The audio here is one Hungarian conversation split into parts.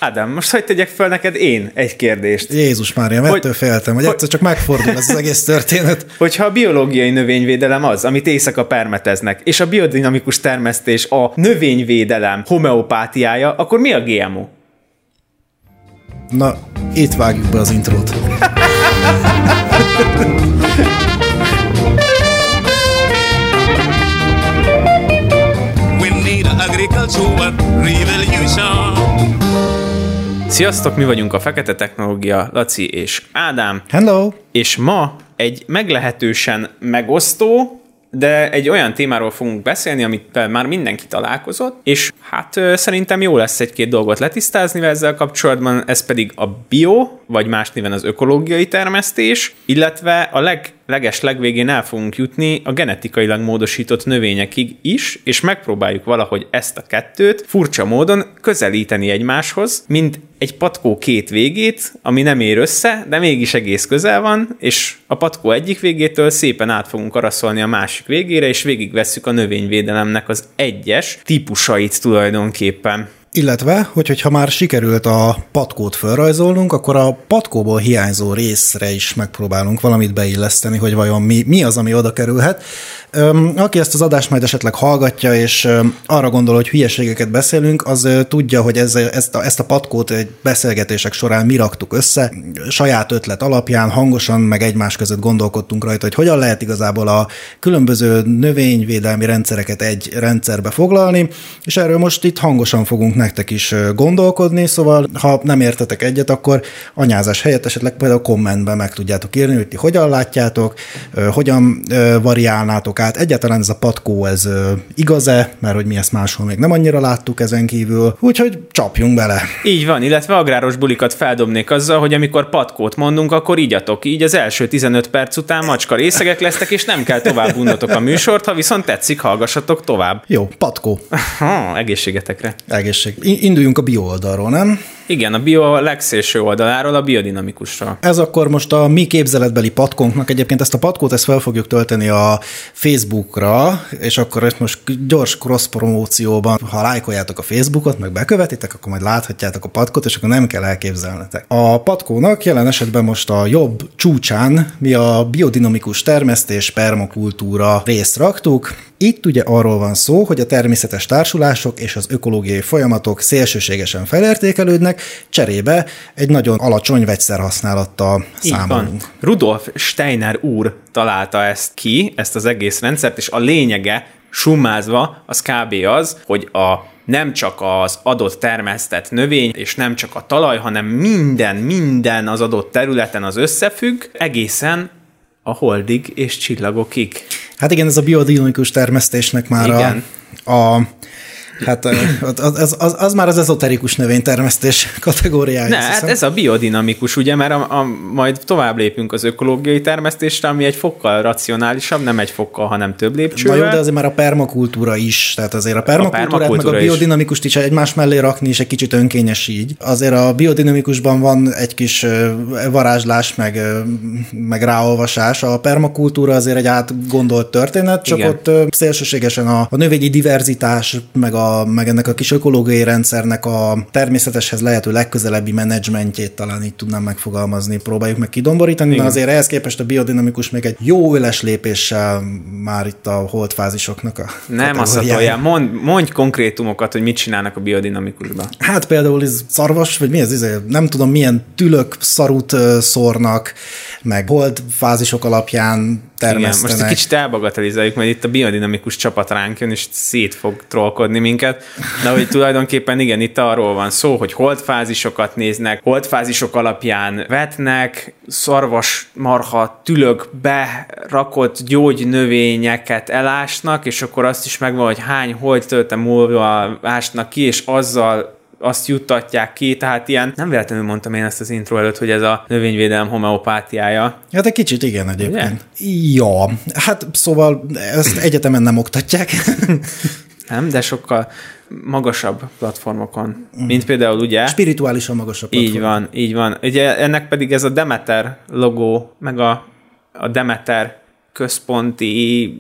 Ádám, most hogy tegyek föl neked én egy kérdést? Jézus Mária, mettől féltem, hogy egyszer csak megfordul ez az egész történet. Hogyha a biológiai növényvédelem az, amit éjszaka permeteznek, és a biodinamikus termesztés a növényvédelem homeopátiája, akkor mi a GMO? Na, itt vágjuk be az intrót. Sziasztok, mi vagyunk a Fekete Technológia, Laci és Ádám. Hello! És ma egy meglehetősen megosztó, de egy olyan témáról fogunk beszélni, amit már mindenki találkozott, és hát szerintem jó lesz egy-két dolgot letisztázni ezzel kapcsolatban, ez pedig a bio, vagy más néven az ökológiai termesztés, illetve a legvégén el fogunk jutni a genetikailag módosított növényekig is, és megpróbáljuk valahogy ezt a kettőt furcsa módon közelíteni egymáshoz, mint egy patkó két végét, ami nem ér össze, de mégis egész közel van, és a patkó egyik végétől szépen át fogunk araszolni a másik végére, és végigvesszük a növényvédelemnek az egyes típusait tulajdonképpen. Illetve, hogyha már sikerült a patkót felrajzolnunk, akkor a patkóból hiányzó részre is megpróbálunk valamit beilleszteni, hogy vajon mi az, ami oda kerülhet. Aki ezt az adást majd esetleg hallgatja, és arra gondol, hogy hülyeségeket beszélünk, az tudja, hogy ezt a patkót egy beszélgetések során mi raktuk össze. Saját ötlet alapján hangosan, meg egymás között gondolkodtunk rajta, hogy hogyan lehet igazából a különböző növényvédelmi rendszereket egy rendszerbe foglalni, és erről most itt hangosan fogunk nektek is gondolkodni, szóval ha nem értetek egyet, akkor anyázás helyett esetleg például kommentben meg tudjátok írni, hogy ti hogyan látjátok, hogyan variálnátok át. Egyáltalán ez a patkó, ez igaz-e, mert hogy mi ezt máshol még nem annyira láttuk ezen kívül, úgyhogy csapjunk bele. Így van, illetve agráros bulikat feldobnék azzal, hogy amikor patkót mondunk, akkor igyatok. Így az első 15 perc után macska részegek lesztek, és nem kell tovább unnotok a műsort, ha viszont tetszik, hallgassatok tovább. Jó, patkó. Egészségetekre. Egészség. Induljunk a bio oldalról, nem? Igen, a bio legszélső oldaláról, a biodinamikusról. Ez akkor most a mi képzeletbeli patkónknak, egyébként ezt a patkót fel fogjuk tölteni a Facebookra, és akkor ezt most gyors cross-promócióban, ha lájkoljátok a Facebookot, meg bekövetitek, akkor majd láthatjátok a patkót, és akkor nem kell elképzelnetek. A patkónak jelen esetben most a jobb csúcsán mi a biodinamikus termesztés, permakultúra részt raktuk. Itt ugye arról van szó, hogy a természetes társulások és az ökológiai folyamatok szélsőségesen felértékelődnek, cserébe egy nagyon alacsony vegyszerhasználattal számolunk. Rudolf Steiner úr találta ezt ki, ezt az egész rendszert, és a lényege, summázva, az kb. Az, hogy nem csak az adott termesztett növény, és nem csak a talaj, hanem minden az adott területen az összefügg, egészen a holdig és csillagokig. Hát igen, ez a biodinamikus termesztésnek már hát az már az ezoterikus növénytermesztés kategóriája. Hát ez a biodinamikus, ugye, mert majd tovább lépünk az ökológiai termesztésre, ami egy fokkal racionálisabb, nem egy fokkal, hanem több lépcsővel. Na jó, de azért már a permakultúra is, tehát azért a permakultúrát meg a biodinamikust is egymás mellé rakni, és egy kicsit önkényes így. Azért a biodinamikusban van egy kis varázslás, meg ráolvasás. A permakultúra azért egy átgondolt történet, csak igen. Ott szélsőségesen a növényi diverzitás, meg ennek a kis ökológiai rendszernek a természeteshez lehető legközelebbi menedzsmentjét talán így tudnám megfogalmazni, próbáljuk meg kidomborítani, de azért ehhez képest a biodinamikus még egy jó öles lépéssel már itt a holdfázisoknak a nem azt mondja, mondj konkrétumokat, hogy mit csinálnak a biodinamikusban. Hát például ez szarvas, vagy mi ez? Nem tudom, milyen tülök szarut szórnak, meg holdfázisok alapján termesztenek. Igen, most egy kicsit elbagatelizáljuk, mert itt a biodinamikus csapat ránk jön, és szét fog trollkodni minket. De hogy tulajdonképpen igen, itt arról van szó, hogy holdfázisokat néznek, holdfázisok alapján vetnek, szarvasmarha tülökbe rakott gyógynövényeket elásnak, és akkor azt is megvan, hogy hány holdtöltem múlva ásnak ki, és azzal azt juttatják ki, tehát ilyen, nem véletlenül mondtam én ezt az intro előtt, hogy ez a növényvédelem homeopátiája. Hát egy kicsit igen egyébként. Ugye? Ja, hát szóval ezt egyetemen nem oktatják. Nem, de sokkal magasabb platformokon, mint például ugye... Spirituálisan magasabb platformon. Így van. Ugye ennek pedig ez a Demeter logó, meg a Demeter központi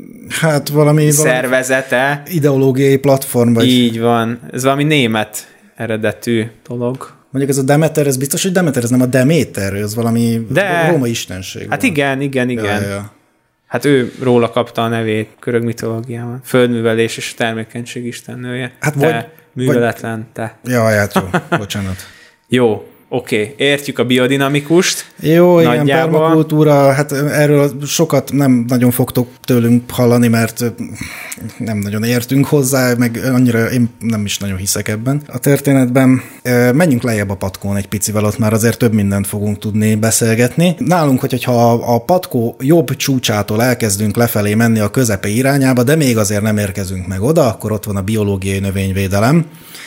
hát valami szervezete. Ideológiai platform. Vagy... Így van. Ez valami német eredetű dolog. Mondjuk ez a Demeter, ez biztos, hogy Demeter, ez nem a Deméter, ez valami római istenség. Hát van. igen. Ja. Hát ő róla kapta a nevét görög mitológiában. Földművelés és a termékenység istennője. Hát műveletlen, te. Jaj, hát jó, bocsánat. Jó, oké, értjük a biodinamikust. Jó, igen, permakultúra, hát erről sokat nem nagyon fogtok tőlünk hallani, mert nem nagyon értünk hozzá, meg annyira én nem is nagyon hiszek ebben a történetben. Menjünk lejjebb a patkón egy picivel, ott már azért több mindent fogunk tudni beszélgetni. Nálunk, hogyha a patkó jobb csúcsától elkezdünk lefelé menni a közepe irányába, de még azért nem érkezünk meg oda, akkor ott van a biológiai növényvédelem.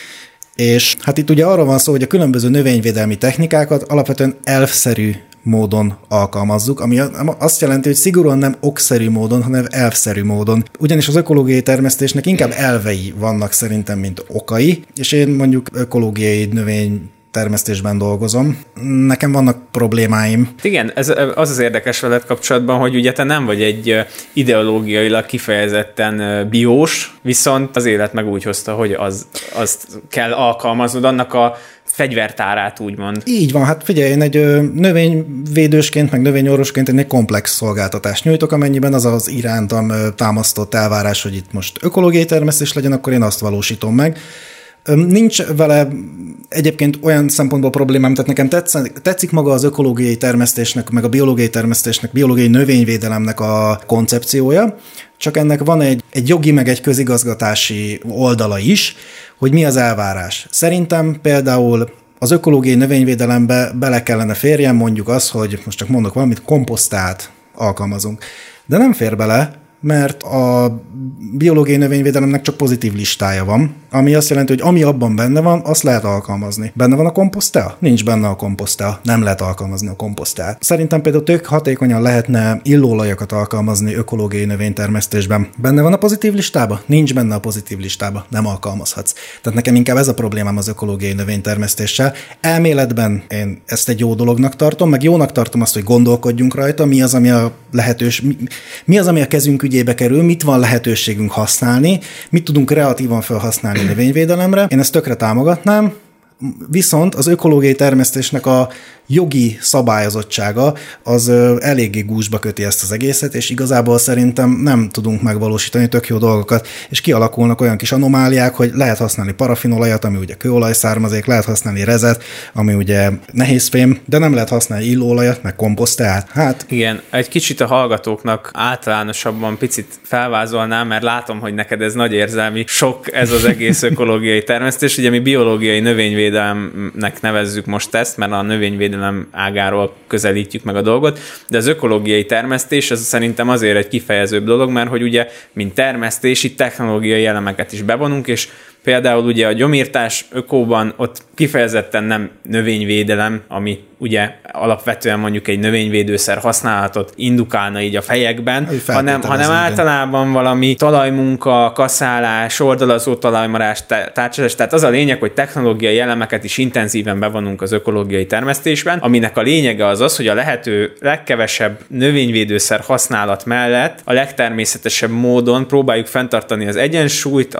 És hát itt ugye arról van szó, hogy a különböző növényvédelmi technikákat alapvetően elfszerű módon alkalmazzuk, ami azt jelenti, hogy szigorúan nem okszerű módon, hanem elfszerű módon. Ugyanis az ökológiai termesztésnek inkább elvei vannak szerintem, mint okai, és én mondjuk ökológiai növénytermesztésben dolgozom. Nekem vannak problémáim. Igen, ez az érdekes veled kapcsolatban, hogy ugye te nem vagy egy ideológiailag kifejezetten biós, viszont az élet meg úgy hozta, hogy azt kell alkalmaznod, annak a fegyvertárát, úgymond. Így van, hát figyelj, én egy növényvédősként, meg növényorvosként egy komplex szolgáltatást nyújtok, amennyiben az az irántam támasztott elvárás, hogy itt most ökológiai termesztés legyen, akkor én azt valósítom meg. Nincs vele egyébként olyan szempontból problémám, tehát nekem tetszik maga az ökológiai termesztésnek, meg a biológiai termesztésnek, biológiai növényvédelemnek a koncepciója, csak ennek van egy jogi, meg egy közigazgatási oldala is, hogy mi az elvárás. Szerintem például az ökológiai növényvédelembe bele kellene férjen mondjuk az, hogy most csak mondok valamit, komposztát alkalmazunk. De nem fér bele, mert a biológiai növényvédelemnek csak pozitív listája van, ami azt jelenti, hogy ami abban benne van, azt lehet alkalmazni. Benne van a komposztea? Nincs benne a komposztea. Nem lehet alkalmazni a komposztát. Szerintem például tök hatékonyan lehetne illóolajakat alkalmazni ökológiai növénytermesztésben. Benne van a pozitív listába? Nincs benne a pozitív listába. Nem alkalmazhatsz. Tehát nekem inkább ez a problémám az ökológiai növénytermesztéssel. Elméletben én ezt egy jó dolognak tartom, meg jónak tartom azt, hogy gondolkodjunk rajta, mi az, ami a kezünk ügyébe kerül, mit van lehetőségünk használni, mit tudunk kreatívan felhasználni növényvédelemre. Én ezt tökre támogatnám, viszont az ökológiai termesztésnek a jogi szabályozottsága az eléggé gúzsba köti ezt az egészet, és igazából szerintem nem tudunk megvalósítani tök jó dolgokat, és kialakulnak olyan kis anomáliák, hogy lehet használni parafinolajat, ami ugye kőolajszármazék, lehet használni rezet, ami ugye nehézfém, de nem lehet használni illóolajat, meg komposztát. Hát igen, egy kicsit a hallgatóknak általánosabban picit felvázolnám, mert látom, hogy neked ez nagy érzelmi sok ez az egész ökológiai termesztés. Ugye mi biológiai növényvédelemnek nevezzük most ezt, mert a növényvédelem ágáról közelítjük meg a dolgot, de az ökológiai termesztés az szerintem azért egy kifejezőbb dolog, mert hogy ugye, mint termesztési technológiai elemeket is bevonunk, és például ugye a gyomírtás ökóban ott kifejezetten nem növényvédelem, ami ugye alapvetően mondjuk egy növényvédőszer használatot indukálna így a fejekben, hanem általában valami talajmunka, kaszálás, oldalazó talajmarás, tárcsázás. Tehát az a lényeg, hogy technológiai elemeket is intenzíven bevonunk az ökológiai termesztésben, aminek a lényege az, hogy a lehető legkevesebb növényvédőszer használat mellett a legtermészetesebb módon próbáljuk fenntartani az egyensúlyt,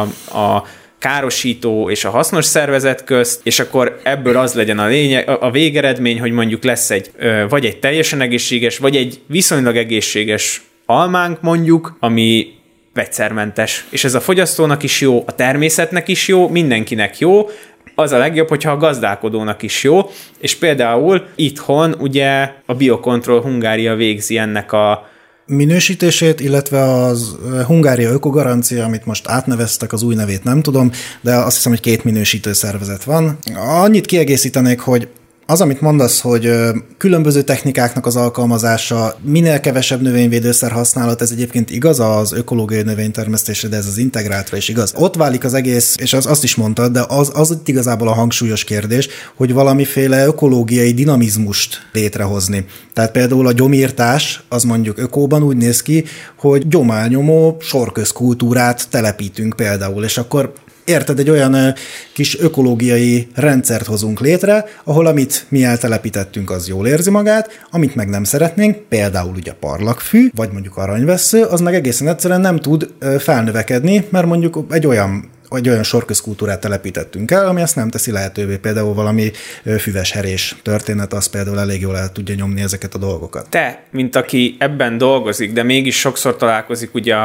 a károsító és a hasznos szervezet közt, és akkor ebből az legyen a lényeg, a végeredmény, hogy mondjuk lesz vagy egy teljesen egészséges, vagy egy viszonylag egészséges almánk mondjuk, ami vegyszermentes. És ez a fogyasztónak is jó, a természetnek is jó, mindenkinek jó, az a legjobb, hogyha a gazdálkodónak is jó, és például itthon ugye a Biocontrol Hungária végzi ennek a minősítését, illetve az Hungária Ökogarancia, amit most átneveztek, az új nevét nem tudom, de azt hiszem, hogy 2 minősítő szervezet van. Annyit kiegészítenék, hogy az, amit mondasz, hogy különböző technikáknak az alkalmazása, minél kevesebb növényvédőszer használat, ez egyébként igaz az ökológiai növénytermesztésre, de ez az integráltra is igaz. Ott válik az egész, és azt is mondtad, de az itt igazából a hangsúlyos kérdés, hogy valamiféle ökológiai dinamizmust létrehozni. Tehát például a gyomírtás, az mondjuk ökóban úgy néz ki, hogy gyomálnyomó sorközkultúrát telepítünk például, és akkor érted, egy olyan kis ökológiai rendszert hozunk létre, ahol amit mi eltelepítettünk, az jól érzi magát, amit meg nem szeretnénk, például ugye parlagfű, vagy mondjuk aranyvessző, az meg egészen egyszerűen nem tud felnövekedni, mert mondjuk egy olyan vagy olyan sorközkultúrát telepítettünk el, ami ezt nem teszi lehetővé. Például valami füves herés történet, az például elég jól el tudja nyomni ezeket a dolgokat. Te, mint aki ebben dolgozik, de mégis sokszor találkozik ugye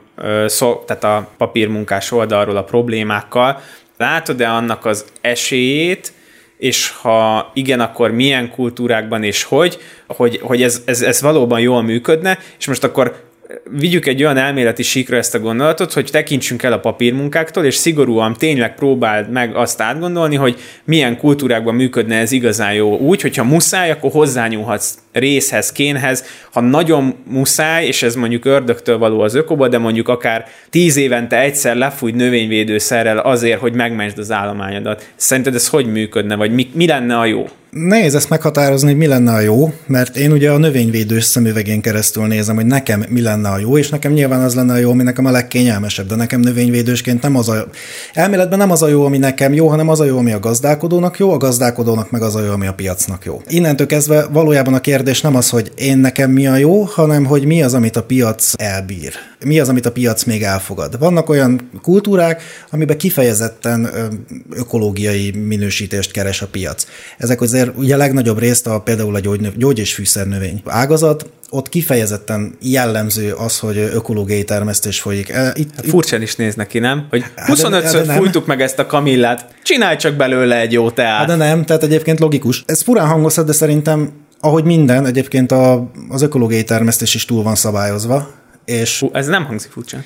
tehát a papírmunkás oldalról a problémákkal, látod-e annak az esélyét, és ha igen, akkor milyen kultúrákban és hogy ez valóban jól működne, és most akkor vigyük egy olyan elméleti síkra ezt a gondolatot, hogy tekintsünk el a papírmunkáktól, és szigorúan tényleg próbáld meg azt átgondolni, hogy milyen kultúrákban működne ez igazán jó úgy, hogyha muszáj, akkor hozzányúlhatsz részhez, kénhez, ha nagyon muszáj, és ez mondjuk ördögtől való az ökoba, de mondjuk akár 10 évente egyszer lefújt növényvédőszerrel azért, hogy megmentsd az állományodat. Szerinted ez hogy működne, vagy mi lenne a jó? Nehéz ezt meghatározni, hogy mi lenne a jó, mert én ugye a növényvédős szemüvegén keresztül nézem, hogy nekem mi lenne a jó, és nekem nyilván az lenne a jó, ami nekem a legkényelmesebb, de nekem növényvédősként elméletben nem az a jó, ami nekem jó, hanem az a jó, ami a gazdálkodónak jó, a gazdálkodónak meg az a jó, ami a piacnak jó. Innentől kezdve valójában a kérdés nem az, hogy én nekem mi a jó, hanem hogy mi az, amit a piac elbír. Mi az, amit a piac még elfogad. Vannak olyan kultúrák, amiben kifejezetten ökológiai minősítést keres a piac. Ezek azért ugye a legnagyobb részt például a gyógy- és fűszernövény ágazat, ott kifejezetten jellemző az, hogy ökológiai termesztés folyik. Furcsán is néz neki, nem? Hogy 25-ször fújtuk meg ezt a kamillát, csinálj csak belőle egy jó teát. De nem, tehát egyébként logikus. Ez furán hangozhat, de szerintem, ahogy minden, egyébként az ökológiai termesztés is túl van szabályozva. És ez nem hangzik furcsán.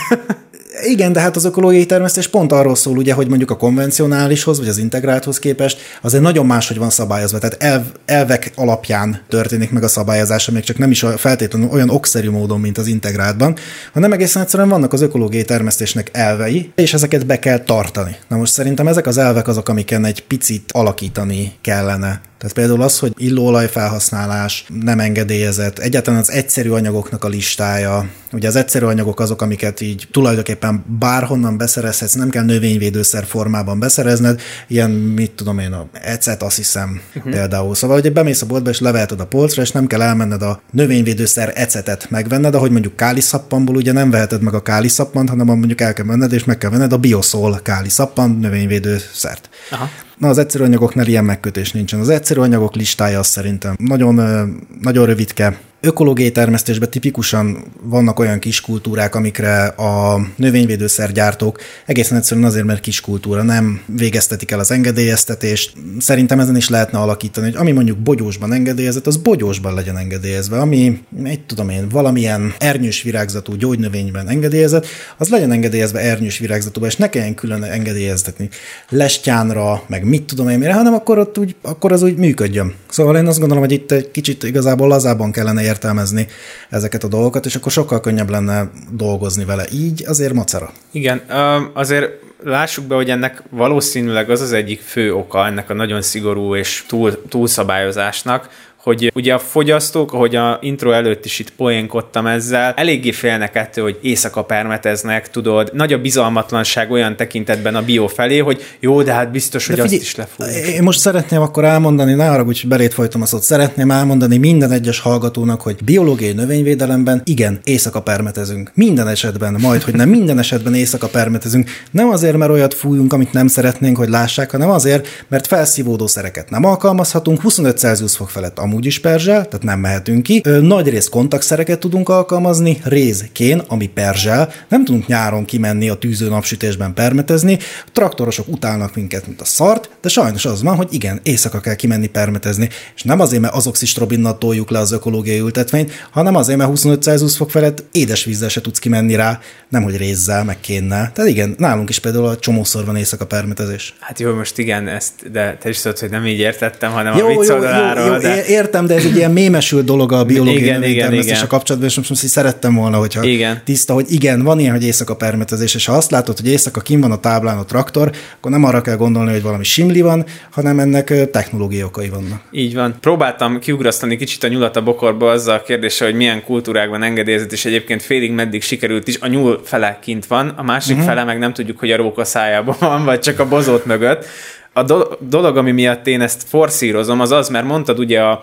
Igen, de hát az ökológiai termesztés pont arról szól, ugye, hogy mondjuk a konvencionálishoz, vagy az integrálthoz képest azért nagyon máshogy van szabályozva. Tehát elvek alapján történik meg a szabályozása, még csak nem is feltétlenül olyan okszerű módon, mint az integráltban, hanem egészen egyszerűen vannak az ökológiai termesztésnek elvei, és ezeket be kell tartani. Na most szerintem ezek az elvek azok, amiken egy picit alakítani kellene. Tehát például az, hogy illóolaj felhasználás nem engedélyezett, egyáltalán az egyszerű anyagoknak a listája. Ugye az egyszerű anyagok azok, amiket így tulajdonképpen bárhonnan beszerezhetsz, nem kell növényvédőszer formában beszerezned, ilyen, mit tudom én, a ecet, azt hiszem például. Szóval, hogy bemész a boltba és leveheted a polcra, és nem kell elmenned a növényvédőszer ecetet megvenned, ahogy mondjuk káliszappanból ugye nem veheted meg a káliszappant, hanem mondjuk el kell menned, és meg kell venned a Bioszol káliszappan növényvédőszert. Aha. Na, az egyszerű anyagoknál ilyen megkötés nincsen. Az egyszerű anyagok listája az szerintem nagyon, nagyon rövidke. Ökológiai termesztésben tipikusan vannak olyan kis kultúrák, amikre a növényvédőszergyártók egészen egyszerűen azért, mert kis kultúra, nem végeztetik el az engedélyeztetést. Szerintem ezen is lehetne alakítani, hogy ami mondjuk bogyósban engedélyezett, az bogyósban legyen engedélyezve. Ami, valamilyen ernyős virágzatú gyógynövényben engedélyezett, az legyen engedélyezve ernyős virágzatúban, és ne kelljen külön engedélyeztetni lestyánra, meg mit tudom én mire, hanem akkor az úgy működjön. Szóval én azt gondolom, hogy itt egy kicsit igazából lazában kellene értelmezni ezeket a dolgokat, és akkor sokkal könnyebb lenne dolgozni vele. Így azért macera. Igen, azért lássuk be, hogy ennek valószínűleg az egyik fő oka ennek a nagyon szigorú és túlszabályozásnak, hogy ugye a fogyasztók, ahogy a intro előtt is itt poénkodtam ezzel, eléggé félnek ettől, hogy éjszaka permeteznek, tudod, nagy a bizalmatlanság olyan tekintetben a bio felé, hogy jó, de hát biztos, hogy azt is lefújjuk. Én most szeretném akkor elmondani, ne haragudj, hogy belét folytom a szót, szeretném elmondani minden egyes hallgatónak, hogy biológiai növényvédelemben igen, éjszaka permetezünk. Minden esetben, majd, hogy nem minden esetben éjszaka permetezünk. Nem azért, mert olyat fújunk, amit nem szeretnénk, hogy lássák, hanem azért, mert felszívódó szereket nem alkalmazhatunk, 25 Celsius fok felett amúgy is perzsel, tehát nem mehetünk ki. Nagy rész kontaktszereket tudunk alkalmazni, rézkén, ami perzsel. Nem tudunk nyáron kimenni a tűző napsütésben permetezni. A traktorosok utálnak minket, mint a szart, de sajnos az van, hogy igen, éjszaka kell kimenni permetezni. És nem azért, mert azoxistrobinnal toljuk le az ökológiai ültetvényt, hanem azért, mert 25 Celsius fok felett édesvízzel se tudsz kimenni rá, nemhogy rézzel, meg kénnel. Tehát igen, nálunk is például a csomószor van éjszaka permetezés. Hát jó, most igen, de te is tudod, hogy nem így értettem, hanem a vicc oldaláról. Értem, de ez egy ilyen mémesült dolog a biológiai növénytermesztéssel kapcsolatban, és most így szerettem volna, hogyha tiszta, hogy igen, van ilyen, hogy éjszaka permetezés, és ha azt látod, hogy éjszaka kint van a táblán a traktor, akkor nem arra kell gondolni, hogy valami simli van, hanem ennek technológiai okai vannak. Így van. Próbáltam kiugrasztani kicsit a nyulat a bokorba azzal a kérdéssel, hogy milyen kultúrákban engedélyezett, és egyébként félig meddig sikerült is. A nyúl fele kint van, a másik fele meg nem tudjuk, hogy a róka szájában van, vagy csak a bozót mögött. A dolog, ami miatt én ezt forszírozom, az, mert mondtad ugye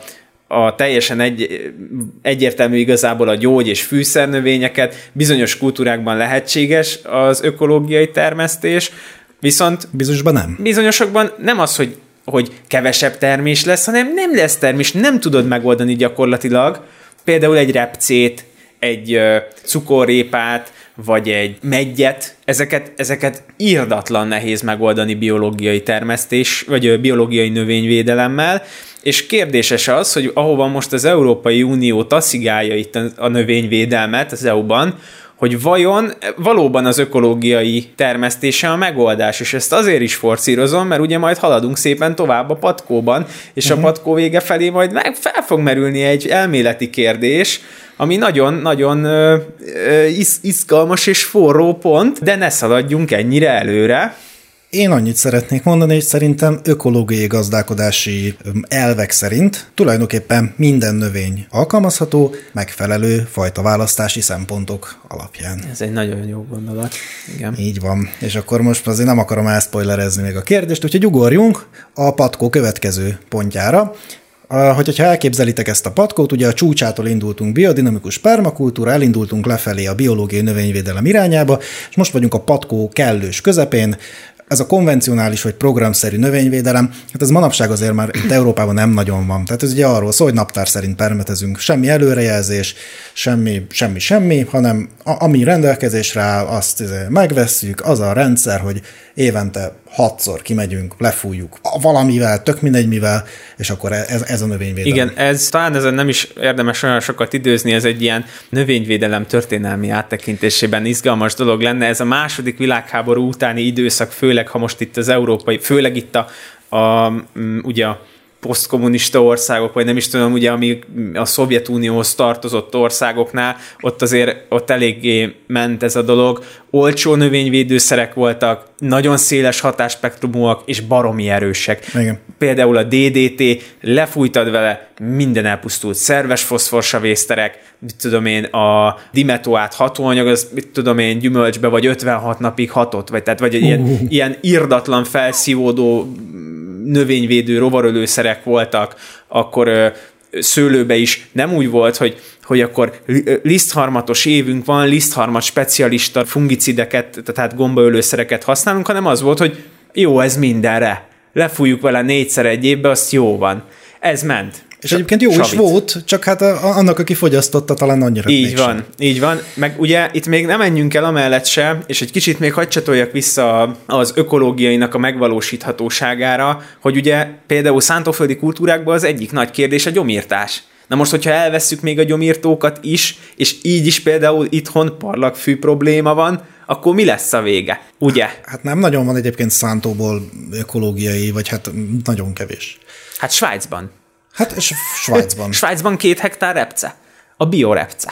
teljesen egyértelmű igazából a gyógy- és fűszernövényeket, bizonyos kultúrákban lehetséges az ökológiai termesztés, viszont bizonyosban nem. Bizonyosokban nem az, hogy kevesebb termés lesz, hanem nem lesz termés, nem tudod megoldani gyakorlatilag. Például egy repcét, egy cukorrépát, vagy egy meggyet, ezeket irdatlan nehéz megoldani biológiai termesztés, vagy biológiai növényvédelemmel, és kérdéses az, hogy ahova most az Európai Unió taszigálja itt a növényvédelmet az EU-ban, hogy vajon valóban az ökológiai termesztése a megoldás, és ezt azért is forszírozom, mert ugye majd haladunk szépen tovább a patkóban, és a patkó vége felé majd fel fog merülni egy elméleti kérdés, ami nagyon-nagyon izgalmas és forró pont, de ne szaladjunk ennyire előre. Én annyit szeretnék mondani, hogy szerintem ökológiai gazdálkodási elvek szerint tulajdonképpen minden növény alkalmazható, megfelelő fajtaválasztási szempontok alapján. Ez egy nagyon jó gondolat. Igen. Így van. És akkor most azért nem akarom elszpoilerezni még a kérdést, úgyhogy ugorjunk a patkó következő pontjára. Hogyha elképzelitek ezt a patkót, ugye a csúcsától indultunk biodinamikus permakultúra, elindultunk lefelé a biológiai növényvédelem irányába, és most vagyunk a patkó kellős közepén. Ez a konvencionális vagy programszerű növényvédelem, hát ez manapság azért már itt Európában nem nagyon van. Tehát ez ugye arról szól, hogy naptár szerint permetezünk. Semmi előrejelzés, semmi, hanem ami rendelkezésre áll, azt megvesszük, az a rendszer, hogy évente 6-szor kimegyünk, lefújjuk valamivel, tök mindegy mivel, és akkor ez a növényvédelem. Igen, talán ezen nem is érdemes olyan sokat időzni, ez egy ilyen növényvédelem történelmi áttekintésében izgalmas dolog lenne. Ez a második világháború utáni időszak, főleg ha most itt az európai, főleg itt ugye a posztkommunista országok, vagy nem is tudom, ugye, ami a Szovjetunióhoz tartozott országoknál, ott eléggé ment ez a dolog. Olcsó növényvédőszerek voltak, nagyon széles hatásspektrumúak, és baromi erősek. Igen. Például a DDT, lefújtad vele, minden elpusztult. Szerves foszforsavészterek, a dimetoát hatóanyag, az gyümölcsbe vagy 56 napig hatott, vagy ilyen irdatlan felszívódó növényvédő rovarölőszerek voltak, akkor szőlőbe is nem úgy volt, hogy akkor lisztharmatos évünk van, lisztharmat specialista fungicideket, tehát gombaölőszereket használunk, hanem az volt, hogy jó, ez mindenre. Lefújjuk vele 4-szer egy évbe, azt jó van. Ez ment. És egyébként jó is volt, csak hát annak, aki fogyasztotta, talán annyira így van. Meg ugye itt még nem menjünk el amellett se, és egy kicsit még hadd csatoljak vissza az ökológiainak a megvalósíthatóságára, hogy ugye például szántóföldi kultúrákban az egyik nagy kérdés a gyomírtás. Na most, hogyha elvesszük még a gyomírtókat is, és így is például itthon parlagfű probléma van, akkor mi lesz a vége, ugye? Hát nem nagyon van egyébként szántóból ökológiai, vagy hát nagyon kevés. Hát Svájcban. Hát Svájcban. Svájcban 2 hektár repce. A biorepce.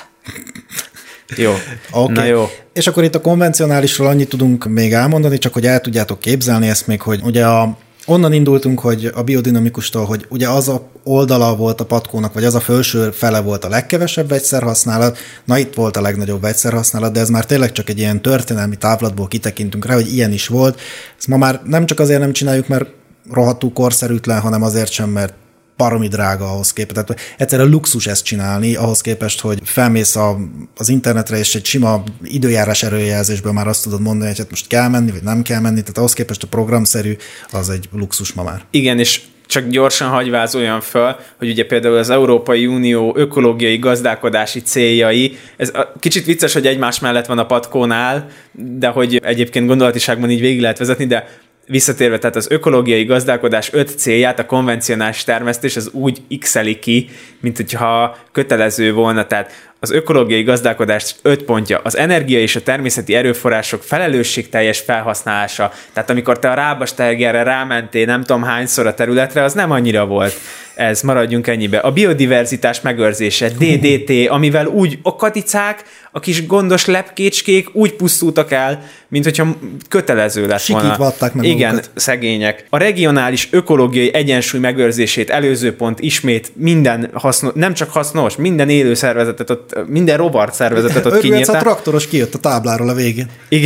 Jó. Okay. Na jó. És akkor itt a konvencionálisról annyit tudunk még elmondani, csak hogy el tudjátok képzelni ezt még, hogy ugye onnan indultunk, hogy a biodinamikustól, hogy ugye az a oldala volt a patkónak, vagy az a felső fele volt a legkevesebb vegyszerhasználat, na itt volt a legnagyobb vegyszerhasználat, de ez már tényleg csak egy ilyen történelmi távlatból kitekintünk rá, hogy ilyen is volt. Ezt ma már nem csak azért nem csináljuk, mert rohadtul korszerűtlen, hanem azért sem, mert baromi drága ahhoz képest. Tehát egyszerűen luxus ezt csinálni, ahhoz képest, hogy felmész az internetre, és egy sima időjárás előjelzésből már azt tudod mondani, hogy hát most kell menni, vagy nem kell menni, tehát ahhoz képest a programszerű az egy luxus ma már. Igen, és csak gyorsan hagyvázoljam föl, hogy ugye például az Európai Unió ökológiai gazdálkodási céljai, ez kicsit vicces, hogy egymás mellett van a patkónál, de hogy egyébként gondolatiságban így végig lehet vezetni, de visszatérve, tehát az ökológiai gazdálkodás 5 célját, a konvencionális termesztés az úgy x-eli ki, mint hogyha kötelező volna, tehát az ökológiai gazdálkodás 5 pontja, az energia és a természeti erőforrások felelősségteljes felhasználása, tehát amikor te a rábastergerre rámentél nem tudom hányszor a területre, az nem annyira volt. Ez, maradjunk ennyibe. A biodiverzitás megőrzése, DDT, amivel úgy a katicák, a kis gondos lepkécskék úgy pusztultak el, mint hogyha kötelező lett volna. Sikítvatták meg Igen, magukat. Szegények. A regionális ökológiai egyensúly megőrzését előző pont ismét minden hasznos, nem csak hasznos, minden élő szervezetet, minden rovart szervezetet ott kinyírták. A traktoros kijött a tábláról a végén. Igen,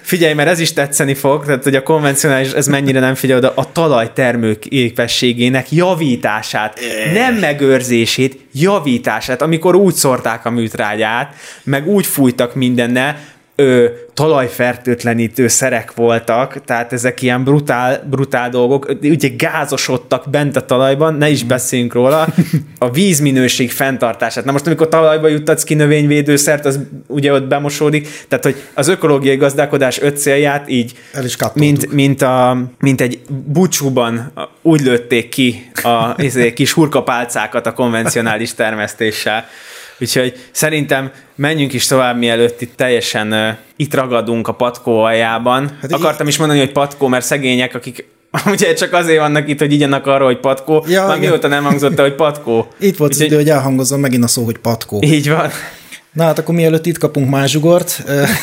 Figyelj, mert ez is tetszeni fog, tehát hogy a konvencionális, ez mennyire nem figyel oda, a talaj termőképességének javítását, nem megőrzését, javítását, amikor úgy szórták a műtrágyát, meg úgy fújtak mindennel, talajfertőtlenítő szerek voltak, tehát ezek ilyen brutál dolgok, ugye gázosodtak bent a talajban, ne is beszéljünk róla, a vízminőség fenntartását. Na most, amikor talajba juttatsz ki növényvédőszert, az ugye ott bemosódik, tehát, hogy az ökológiai gazdálkodás 5 célját így, mint egy búcsúban úgy lőtték ki a kis hurkapálcákat a konvencionális termesztéssel. Úgyhogy szerintem menjünk is tovább, mielőtt itt teljesen itt ragadunk a patkó aljában. Hát akartam is mondani, hogy patkó, mert szegények, akik ugye csak azért vannak itt, hogy igyanak arra, hogy patkó. Ja, már mióta nem hangzott, hogy patkó. Itt volt az idő, hogy elhangozzon megint a szó, hogy patkó. Így van. Na hát akkor mielőtt itt kapunk más zsugort,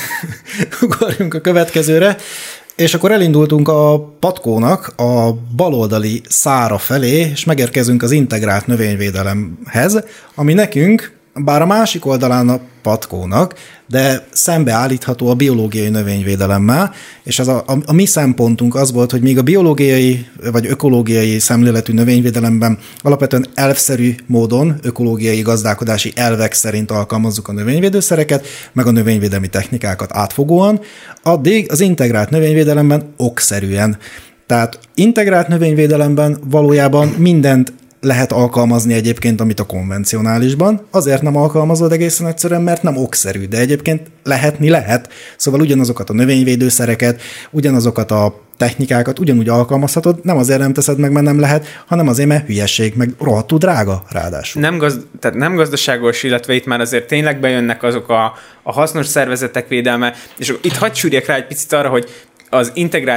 ugorjunk a következőre. És akkor elindultunk a patkónak a baloldali szára felé, és megérkezünk az integrált növényvédelemhez, ami nekünk, bár a másik oldalán a patkónak, de szembeállítható a biológiai növényvédelemmel, és az a mi szempontunk az volt, hogy még a biológiai vagy ökológiai szemléletű növényvédelemben alapvetően elvszerű módon, ökológiai gazdálkodási elvek szerint alkalmazzuk a növényvédőszereket, meg a növényvédelmi technikákat átfogóan, addig az integrált növényvédelemben okszerűen. Tehát integrált növényvédelemben valójában mindent lehet alkalmazni egyébként, amit a konvencionálisban. Azért nem alkalmazod egészen egyszerűen, mert nem okszerű, de egyébként lehet. Szóval ugyanazokat a növényvédőszereket, ugyanazokat a technikákat ugyanúgy alkalmazhatod, nem azért nem teszed meg, mert nem lehet, hanem azért, mert hülyeség, meg rohadtul drága ráadásul. Tehát nem gazdaságos, illetve itt már azért tényleg bejönnek azok a hasznos szervezetek védelme, és itt hadd sűrjek rá egy picit arra, hogy az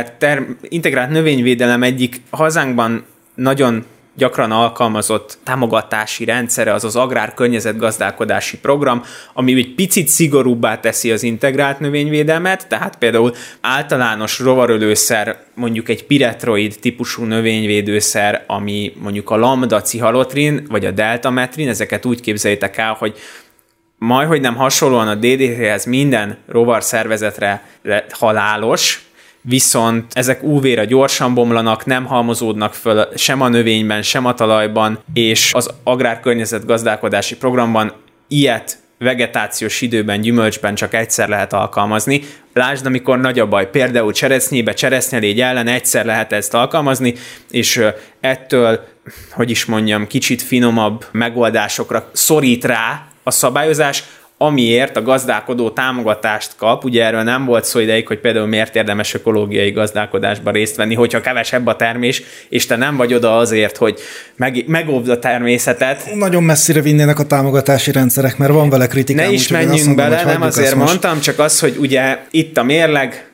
integrált növényvédelem egyik hazánkban nagyon gyakran alkalmazott támogatási rendszere, az az agrárkörnyezetgazdálkodási program, ami egy picit szigorúbbá teszi az integrált növényvédelmet, tehát például általános rovarölőszer, mondjuk egy piretroid típusú növényvédőszer, ami mondjuk a lambda cihalotrin, vagy a deltametrin, ezeket úgy képzeljétek el, hogy majdhogy nem hasonlóan a DDT-hez minden rovarszervezetre halálos, viszont ezek UV-ra gyorsan bomlanak, nem halmozódnak föl sem a növényben, sem a talajban, és az agrárkörnyezetgazdálkodási programban ilyet vegetációs időben, gyümölcsben csak egyszer lehet alkalmazni. Lásd, amikor nagy a baj, például cseresznyébe, cseresznyelégy ellen egyszer lehet ezt alkalmazni, és ettől, hogy is mondjam, kicsit finomabb megoldásokra szorít rá a szabályozás, amiért a gazdálkodó támogatást kap. Ugye erről nem volt szó ideig, hogy például miért érdemes ökológiai gazdálkodásban részt venni, hogyha kevesebb a termés, és te nem vagy oda azért, hogy megóvd a természetet. Nagyon messzire vinnének a támogatási rendszerek, mert van vele kritikám. Ne is menjünk bele, nem azért mondtam, csak az, hogy ugye itt a mérleg,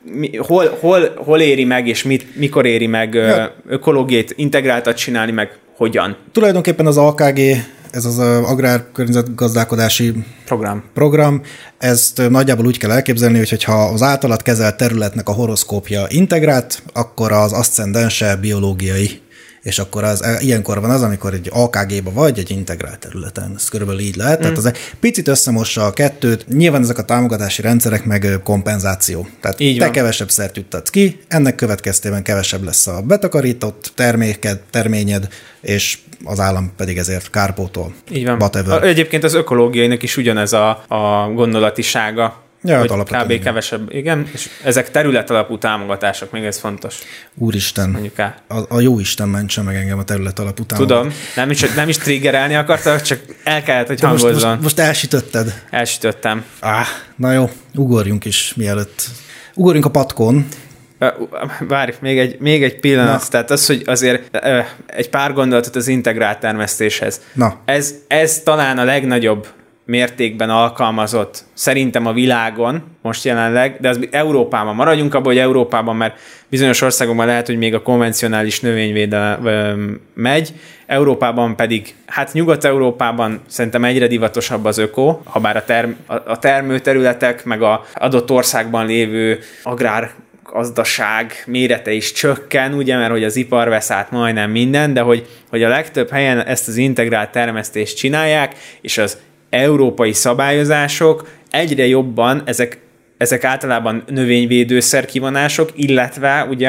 hol éri meg, és mikor éri meg ökológiait integráltat csinálni, meg hogyan. Tulajdonképpen az AKG, ez az agrárkörnyezetgazdálkodási program, ezt nagyjából úgy kell elképzelni, hogy ha az általad kezelt területnek a horoszkópja integrált, akkor az aszcendense biológiai, és akkor ilyenkor van az, amikor egy AKG-ba vagy egy integrált területen. Ez körülbelül így lehet. Tehát az egy picit összemossa a kettőt. Nyilván ezek a támogatási rendszerek meg kompenzáció. Tehát így te van. Kevesebb szert juttatsz ki, ennek következtében kevesebb lesz a betakarított terményed, és az állam pedig ezért kárpótol. Így van. Egyébként az ökológiainak is ugyanez a gondolatisága. Ja, hogy kb. Kevesebb, igen, és ezek területalapú támogatások, még ez fontos. Úristen, a jó Isten mentse meg engem a területalapú támogatások. Tudom, nem is triggerelni akartak, csak el kellett, hogy hangozzon. Most elsütötted. Elsütöttem. Na jó, ugorjunk is mielőtt. Ugorjunk a patkón. Várj, még egy pillanat. Na. Tehát az, hogy azért egy pár gondolatot az integrált termesztéshez. Na. Ez talán a legnagyobb mértékben alkalmazott szerintem a világon most jelenleg, de az Európában. Maradjunk abban, hogy Európában, mert bizonyos országokban lehet, hogy még a konvencionális növényvédelem megy, Európában pedig, hát Nyugat-Európában szerintem egyre divatosabb az öko, habár a termőterületek, meg az adott országban lévő agrárgazdaság mérete is csökken, ugye, mert hogy az ipar vesz át majdnem minden, de hogy a legtöbb helyen ezt az integrált termesztést csinálják, és az európai szabályozások egyre jobban, ezek ezek általában növényvédőszer kivonások, illetve ugye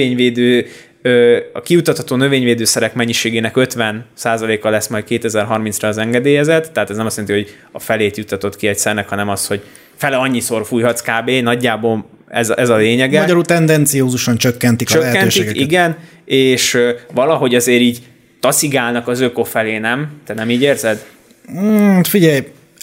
a kiutatható növényvédőszerek mennyiségének 50%-a lesz majd 2030-ra az engedélyezett, tehát ez nem azt jelenti, hogy a felét juttatott ki egy szernek, hanem az, hogy fele annyiszor fújhatsz kb. Nagyjából ez a lényege. Magyarul tendenciózusan csökkentik a lehetőségeket. Igen, és valahogy azért így taszigálnak az öko felé, nem? Te nem így érzed? Figyelj,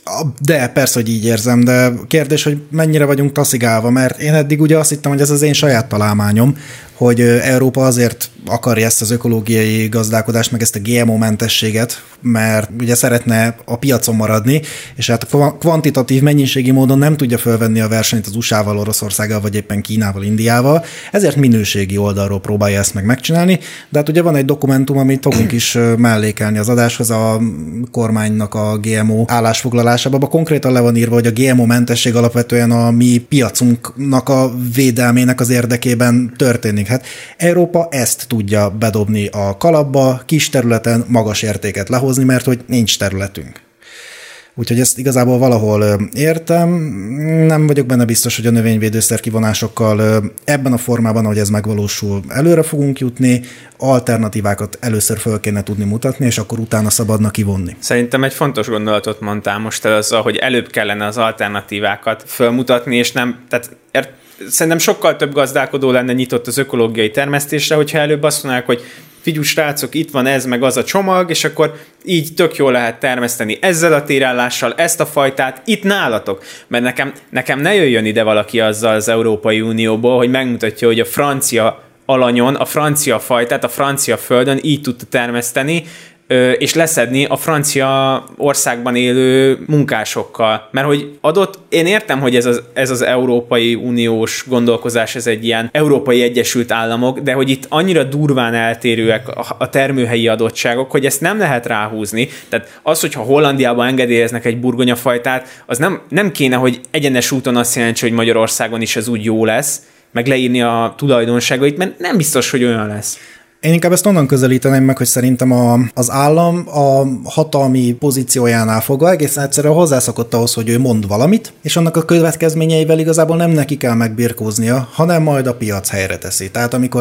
de persze, hogy így érzem, de kérdés, hogy mennyire vagyunk taszigálva, mert én eddig ugye azt hittem, hogy ez az én saját találmányom, hogy Európa azért akarja ezt az ökológiai gazdálkodást, meg ezt a GMO-mentességet, mert ugye szeretne a piacon maradni, és hát kvantitatív, mennyiségi módon nem tudja fölvenni a versenyt az USA-val, Oroszországgal, vagy éppen Kínával, Indiával, ezért minőségi oldalról próbálja ezt meg megcsinálni, de hát ugye van egy dokumentum, amit fogunk is mellékelni az adáshoz, a kormánynak a GMO állásfoglalásában, abban konkrétan le van írva, hogy a GMO-mentesség alapvetően a mi piacunknak a védelmének az érdekében történik. Hát Európa ezt tudja bedobni a kalapba, kis területen magas értéket lehozni, mert hogy nincs területünk. Úgyhogy ezt igazából valahol értem. Nem vagyok benne biztos, hogy a növényvédőszer kivonásokkal ebben a formában, ahogy ez megvalósul, előre fogunk jutni. Alternatívákat először föl kéne tudni mutatni, és akkor utána szabadna kivonni. Szerintem egy fontos gondolatot mondtál most el azzal, hogy előbb kellene az alternatívákat fölmutatni, és nem, tehát szerintem sokkal több gazdálkodó lenne nyitott az ökológiai termesztésre, hogyha előbb azt mondanák, hogy figyelj srácok, itt van ez, meg az a csomag, és akkor így tök jól lehet termeszteni ezzel a térállással, ezt a fajtát itt nálatok. Mert nekem ne jöjjön ide valaki azzal az Európai Unióból, hogy megmutatja, hogy a francia alanyon, a francia fajtát, a francia földön így tudta termeszteni, és leszedni a francia országban élő munkásokkal. Mert hogy én értem, hogy ez az Európai Uniós gondolkozás, ez egy ilyen Európai Egyesült Államok, de hogy itt annyira durván eltérőek a termőhelyi adottságok, hogy ezt nem lehet ráhúzni. Tehát az, hogyha Hollandiában engedélyeznek egy burgonyafajtát, az nem kéne, hogy egyenes úton azt jelentse, hogy Magyarországon is ez úgy jó lesz, meg leírni a tulajdonságait, mert nem biztos, hogy olyan lesz. Én inkább ezt onnan közelíteném meg, hogy szerintem az állam a hatalmi pozíciójánál fogva egészen egyszerűen hozzászokott ahhoz, hogy ő mond valamit, és annak a következményeivel igazából nem neki kell megbirkóznia, hanem majd a piac helyre teszi. Tehát amikor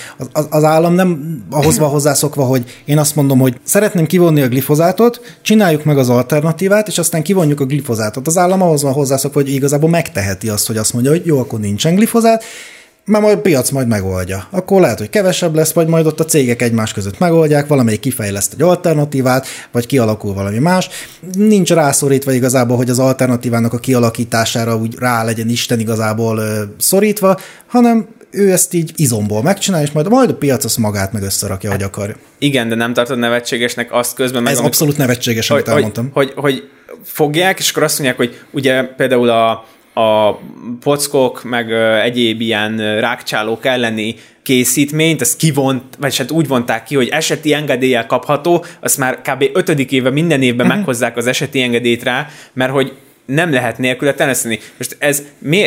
az állam nem ahhoz van hozzászokva, hogy én azt mondom, hogy szeretném kivonni a glifozátot, csináljuk meg az alternatívát, és aztán kivonjuk a glifozátot. Az állam ahhoz van hozzászokva, hogy igazából megteheti azt, hogy azt mondja, hogy jó, akkor nincsen glifozát, mert majd a piac majd megoldja. Akkor lehet, hogy kevesebb lesz, vagy majd ott a cégek egymás között megoldják, valamelyik kifejleszt egy alternatívát, vagy kialakul valami más. Nincs rászorítva igazából, hogy az alternatívának a kialakítására úgy rá legyen Isten igazából szorítva, hanem ő ezt így izomból megcsinálja, és majd a piac azt magát meg összerakja, hogy akarja. Igen, de nem tartod nevetségesnek azt közben meg... Ez abszolút nevetséges, amit elmondtam. Hogy fogják, és akkor azt mondják, hogy ugye például a pockok, meg egyéb ilyen rákcsálók elleni készítményt, ezt vagy hát úgy vonták ki, hogy eseti engedéllyel kapható, azt már kb. 5. éve minden évben meghozzák az eseti engedélyt rá, mert hogy nem lehet nélküle termeszteni. Most ez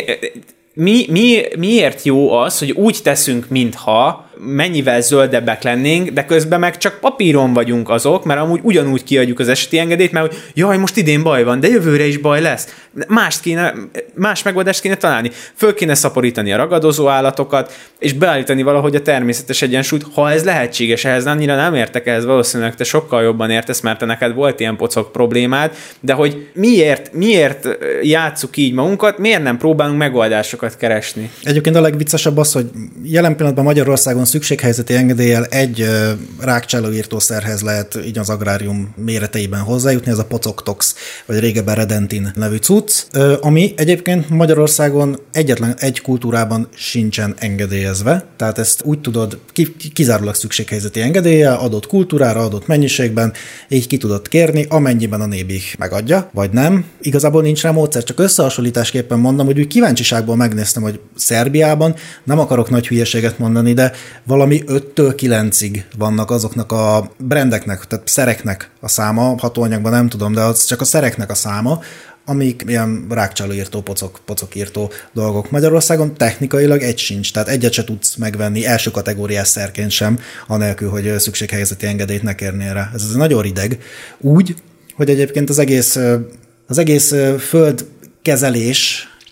miért jó az, hogy úgy teszünk, mintha mennyivel zöldebbek lennénk, de közben meg csak papíron vagyunk azok, mert amúgy ugyanúgy kiadjuk az eseti engedélyt, mert hogy jaj, most idén baj van, de jövőre is baj lesz. Más megoldást kéne találni. Föl kéne szaporítani a ragadozó állatokat, és beállítani valahogy a természetes egyensúlyt, ha ez lehetséges, ehhez annyira nem értek, ehhez valószínűleg te sokkal jobban értesz, mert te neked volt ilyen pocok problémád, de hogy miért játsszuk így magunkat, miért nem próbálunk megoldásokat keresni? Egyébként a legviccesebb az, hogy jelen pillanatban Magyarországon szükséghelyzeti engedéllyel egy rákcsálóírtószerhez lehet így az agrárium méreteiben hozzájutni, ez a Pocoktox, vagy régebben Redentin nevű cucc, ami egyébként Magyarországon egyetlen egy kultúrában sincsen engedélyezve, tehát ezt úgy tudod, kizárólag szükséghelyzeti engedéllyel, adott kultúrára, adott mennyiségben, így ki tudod kérni, amennyiben a nébih megadja, vagy nem. Igazából nincs rá módszer, csak összehasonlításképpen mondom, hogy úgy kíváncsiságból megnéztem, hogy Szerbiában, nem akarok nagy hülyeséget mondani, de valami 5-től 9-ig vannak azoknak a brandeknek, tehát szereknek a száma, hatóanyagban nem tudom, de az csak a szereknek a száma, amik ilyen rákcsálóírtó, pocokírtó dolgok. Magyarországon technikailag egy sincs, tehát egyet se tudsz megvenni első kategóriás szerként sem, anélkül, hogy szükséghelyzeti engedélyt ne kérnél rá. Ez nagyon rideg. Úgy, hogy egyébként az egész földkezelés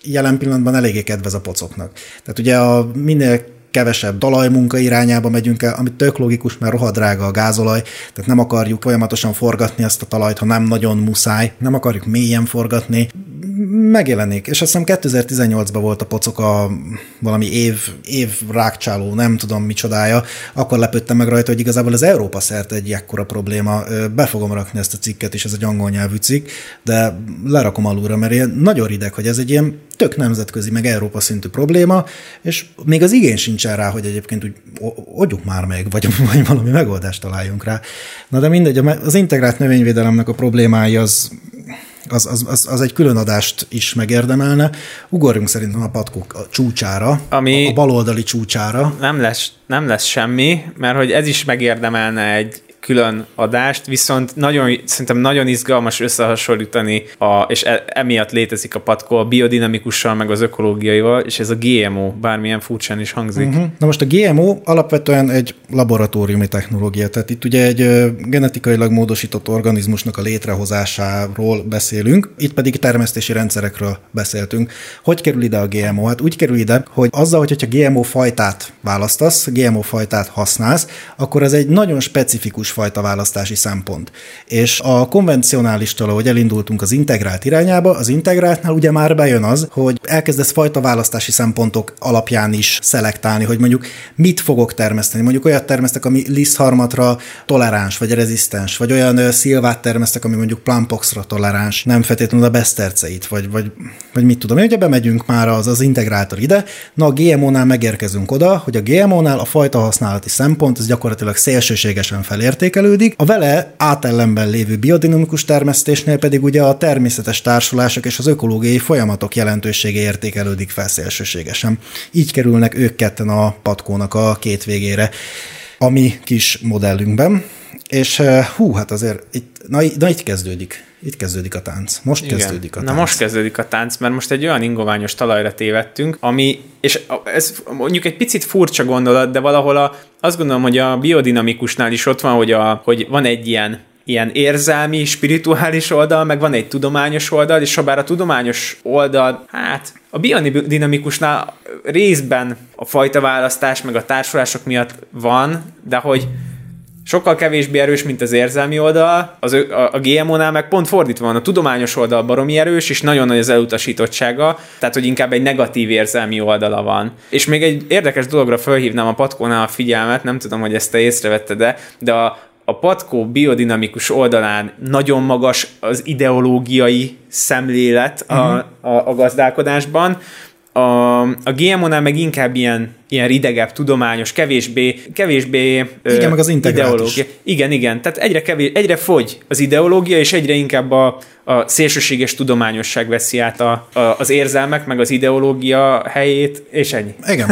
jelen pillanatban eléggé kedvez a pocoknak. Tehát ugye a minél kevesebb talajmunka irányába megyünk el, ami tök logikus, mert rohadt drága a gázolaj, tehát nem akarjuk folyamatosan forgatni ezt a talajt, ha nem nagyon muszáj, nem akarjuk mélyen forgatni, megjelenik. És azt hiszem 2018-ban volt a pocok valami év rákcsáló, nem tudom micsodája, akkor lepődtem meg rajta, hogy igazából az Európa szerte egy ekkora probléma. Be fogom rakni ezt a cikket is, ez egy angol nyelvű cikk, de lerakom alulra, mert ilyen nagyon rideg, hogy ez egy ilyen tök nemzetközi, meg Európa szintű probléma, és még az igény sincsen rá, hogy egyébként úgy oldjuk már meg, vagy valami megoldást találjunk rá. Na de mindegy, az integrált növényvédelemnek a problémái az egy külön adást is megérdemelne. Ugorjunk szerintem a patkók a csúcsára, a baloldali csúcsára. Nem lesz semmi, mert hogy ez is megérdemelne egy külön adást, viszont szerintem nagyon izgalmas összehasonlítani, és emiatt létezik a patkó a biodinamikussal, meg az ökológiaival, és ez a GMO, bármilyen furcsán is hangzik. Na most a GMO alapvetően egy laboratóriumi technológia, tehát itt ugye egy genetikailag módosított organizmusnak a létrehozásáról beszélünk, itt pedig termesztési rendszerekről beszéltünk. Hogy kerül ide a GMO? Hát úgy kerül ide, hogy azzal, hogyha GMO fajtát választasz, GMO fajtát használsz, akkor ez egy nagyon specifikus fajta választási szempont. És a konvencionálistól, ahogy elindultunk az integrált irányába, az integráltnál ugye már bejön az, hogy elkezdesz fajta választási szempontok alapján is szelektálni, hogy mondjuk mit fogok termeszteni. Mondjuk olyat termesztek, ami lisztharmatra toleráns, vagy rezisztens, vagy olyan szilvát termesztek, ami mondjuk plumpoxra toleráns, nem feltétlenül a beszterceit, vagy mit tudom. Ugye bemegyünk már az integráltal ide, na a GMO-nál megérkezünk oda, hogy a GMO-nál a fajta használati szempont, ez gyakorlatilag szélsőségesen felértékelődik. A vele átellenben lévő biodinamikus termesztésnél pedig ugye a természetes társulások és az ökológiai folyamatok jelentősége értékelődik fel szélsőségesen. Így kerülnek ők ketten a patkónak a két végére a mi kis modellünkben. És hát azért itt kezdődik. Itt kezdődik a tánc. Kezdődik a tánc. Na most kezdődik a tánc, mert most egy olyan ingoványos talajra tévedtünk, és ez mondjuk egy picit furcsa gondolat, de valahol azt gondolom, hogy a biodinamikusnál is ott van, hogy van egy ilyen érzelmi, spirituális oldal, meg van egy tudományos oldal, és ha bár a tudományos oldal, a biodinamikusnál részben a fajtaválasztás, meg a társulások miatt van, de hogy sokkal kevésbé erős, mint az érzelmi oldal, a GMO-nál meg pont fordítva van, a tudományos oldal baromi erős, és nagyon nagy az elutasítottsága, tehát hogy inkább egy negatív érzelmi oldala van. És még egy érdekes dologra felhívnám a patkónál a figyelmet, nem tudom, hogy ezt te észrevetted, de a patkó biodinamikus oldalán nagyon magas az ideológiai szemlélet a gazdálkodásban, a GMO-nál meg inkább ilyen ridegebb, tudományos, kevésbé igen, meg az ideológia. Igen. Tehát egyre fogy az ideológia, és egyre inkább a szélsőséges tudományosság veszi át az érzelmek, meg az ideológia helyét, és ennyi.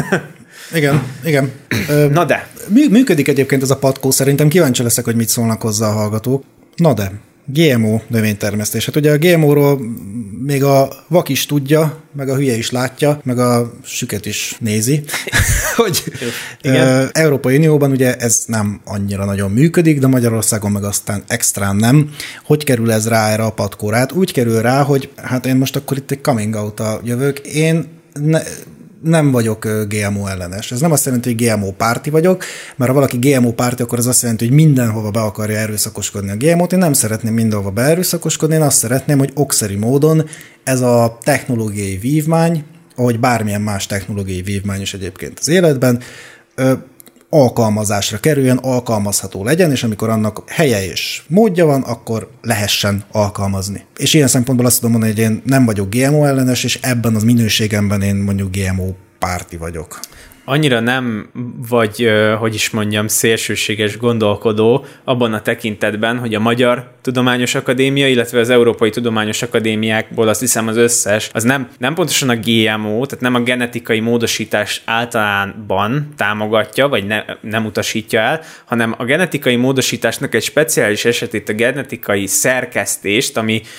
Igen. Na de. Működik egyébként ez a patkó, szerintem kíváncsi leszek, hogy mit szólnak hozzá a hallgatók. Na de. GMO növénytermesztés. Hát ugye a GMO-ról még a vak is tudja, meg a hülye is látja, meg a süket is nézi, hogy Európai Unióban ugye ez nem annyira nagyon működik, de Magyarországon meg aztán extrán nem. Hogy kerül ez rá erre a patkóra? Hát úgy kerül rá, hogy hát én most akkor itt egy coming out-a jövök. Én nem vagyok GMO ellenes. Ez nem azt jelenti, hogy GMO párti vagyok, mert ha valaki GMO párti, akkor az azt jelenti, hogy mindenhova be akarja erőszakoskodni a GMO-t. Én nem szeretném mindenhova beerőszakoskodni, én azt szeretném, hogy okszerű módon ez a technológiai vívmány, ahogy bármilyen más technológiai vívmány is egyébként az életben, alkalmazásra kerüljön, alkalmazható legyen, és amikor annak helye és módja van, akkor lehessen alkalmazni. És ilyen szempontból azt tudom mondani, hogy én nem vagyok GMO ellenes, és ebben az minőségemben én mondjuk GMO párti vagyok. Annyira nem vagy, szélsőséges gondolkodó abban a tekintetben, hogy a Magyar Tudományos Akadémia, illetve az Európai Tudományos Akadémiákból azt hiszem az összes, az nem pontosan a GMO, tehát nem a genetikai módosítás általánban támogatja, vagy nem utasítja el, hanem a genetikai módosításnak egy speciális esetét, a genetikai szerkesztést, ami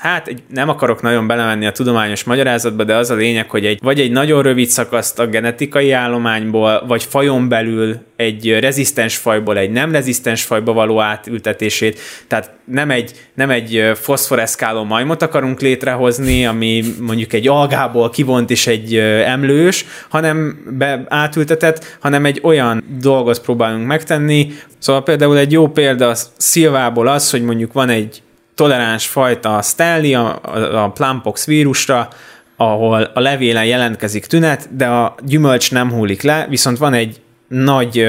nem akarok nagyon belemenni a tudományos magyarázatba, de az a lényeg, hogy vagy egy nagyon rövid szakaszt a genetikai állományból, vagy fajon belül egy rezisztens fajból egy nem rezisztens fajba való átültetését, tehát nem egy foszforeszkáló majmot akarunk létrehozni, ami mondjuk egy algából kivont és egy emlős, hanem átültetett, hanem egy olyan dolgot próbálunk megtenni. Szóval például egy jó példa a szilvából az, hogy mondjuk van egy toleráns fajta a Stanley, a Plumppox vírusra, ahol a levélen jelentkezik tünet, de a gyümölcs nem hullik le, viszont van egy nagy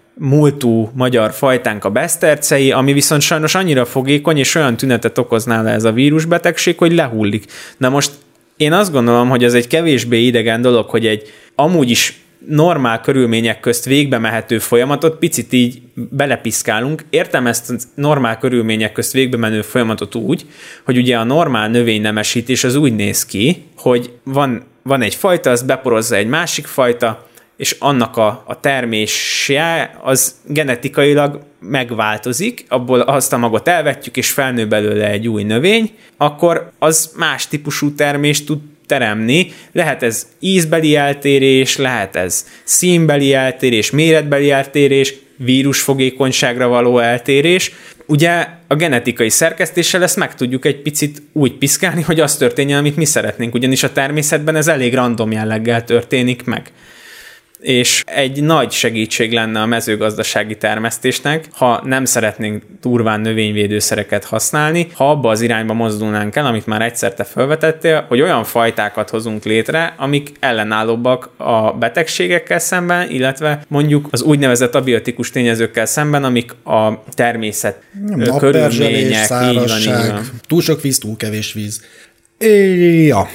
múltú magyar fajtánk, a besztercei, ami viszont sajnos annyira fogékony, és olyan tünetet okozná le ez a vírusbetegség, hogy lehullik. Na most én azt gondolom, hogy ez egy kevésbé idegen dolog, hogy egy amúgy is normál körülmények közt végbe mehető folyamatot picit így belepiszkálunk. Értem ezt a normál körülmények közt végbe menő folyamatot úgy, hogy ugye a normál növénynemesítés az úgy néz ki, hogy van egy fajta, az beporozza egy másik fajta, és annak a termése az genetikailag megváltozik, abból azt a magot elvetjük, és felnő belőle egy új növény, akkor az más típusú termést tud teremni. Lehet ez ízbeli eltérés, lehet ez színbeli eltérés, méretbeli eltérés, vírusfogékonyságra való eltérés. Ugye a genetikai szerkesztéssel ezt meg tudjuk egy picit úgy piszkálni, hogy az történjen, amit mi szeretnénk, ugyanis a természetben ez elég random jelleggel történik meg. És egy nagy segítség lenne a mezőgazdasági termesztésnek, ha nem szeretnénk durván növényvédőszereket használni, ha abba az irányba mozdulnánk el, amit már egyszer te felvetettél, hogy olyan fajtákat hozunk létre, amik ellenállóbbak a betegségekkel szemben, illetve mondjuk az úgynevezett abiotikus tényezőkkel szemben, amik a természet körülmények, így van. Túl sok víz, túl kevés víz. Ja.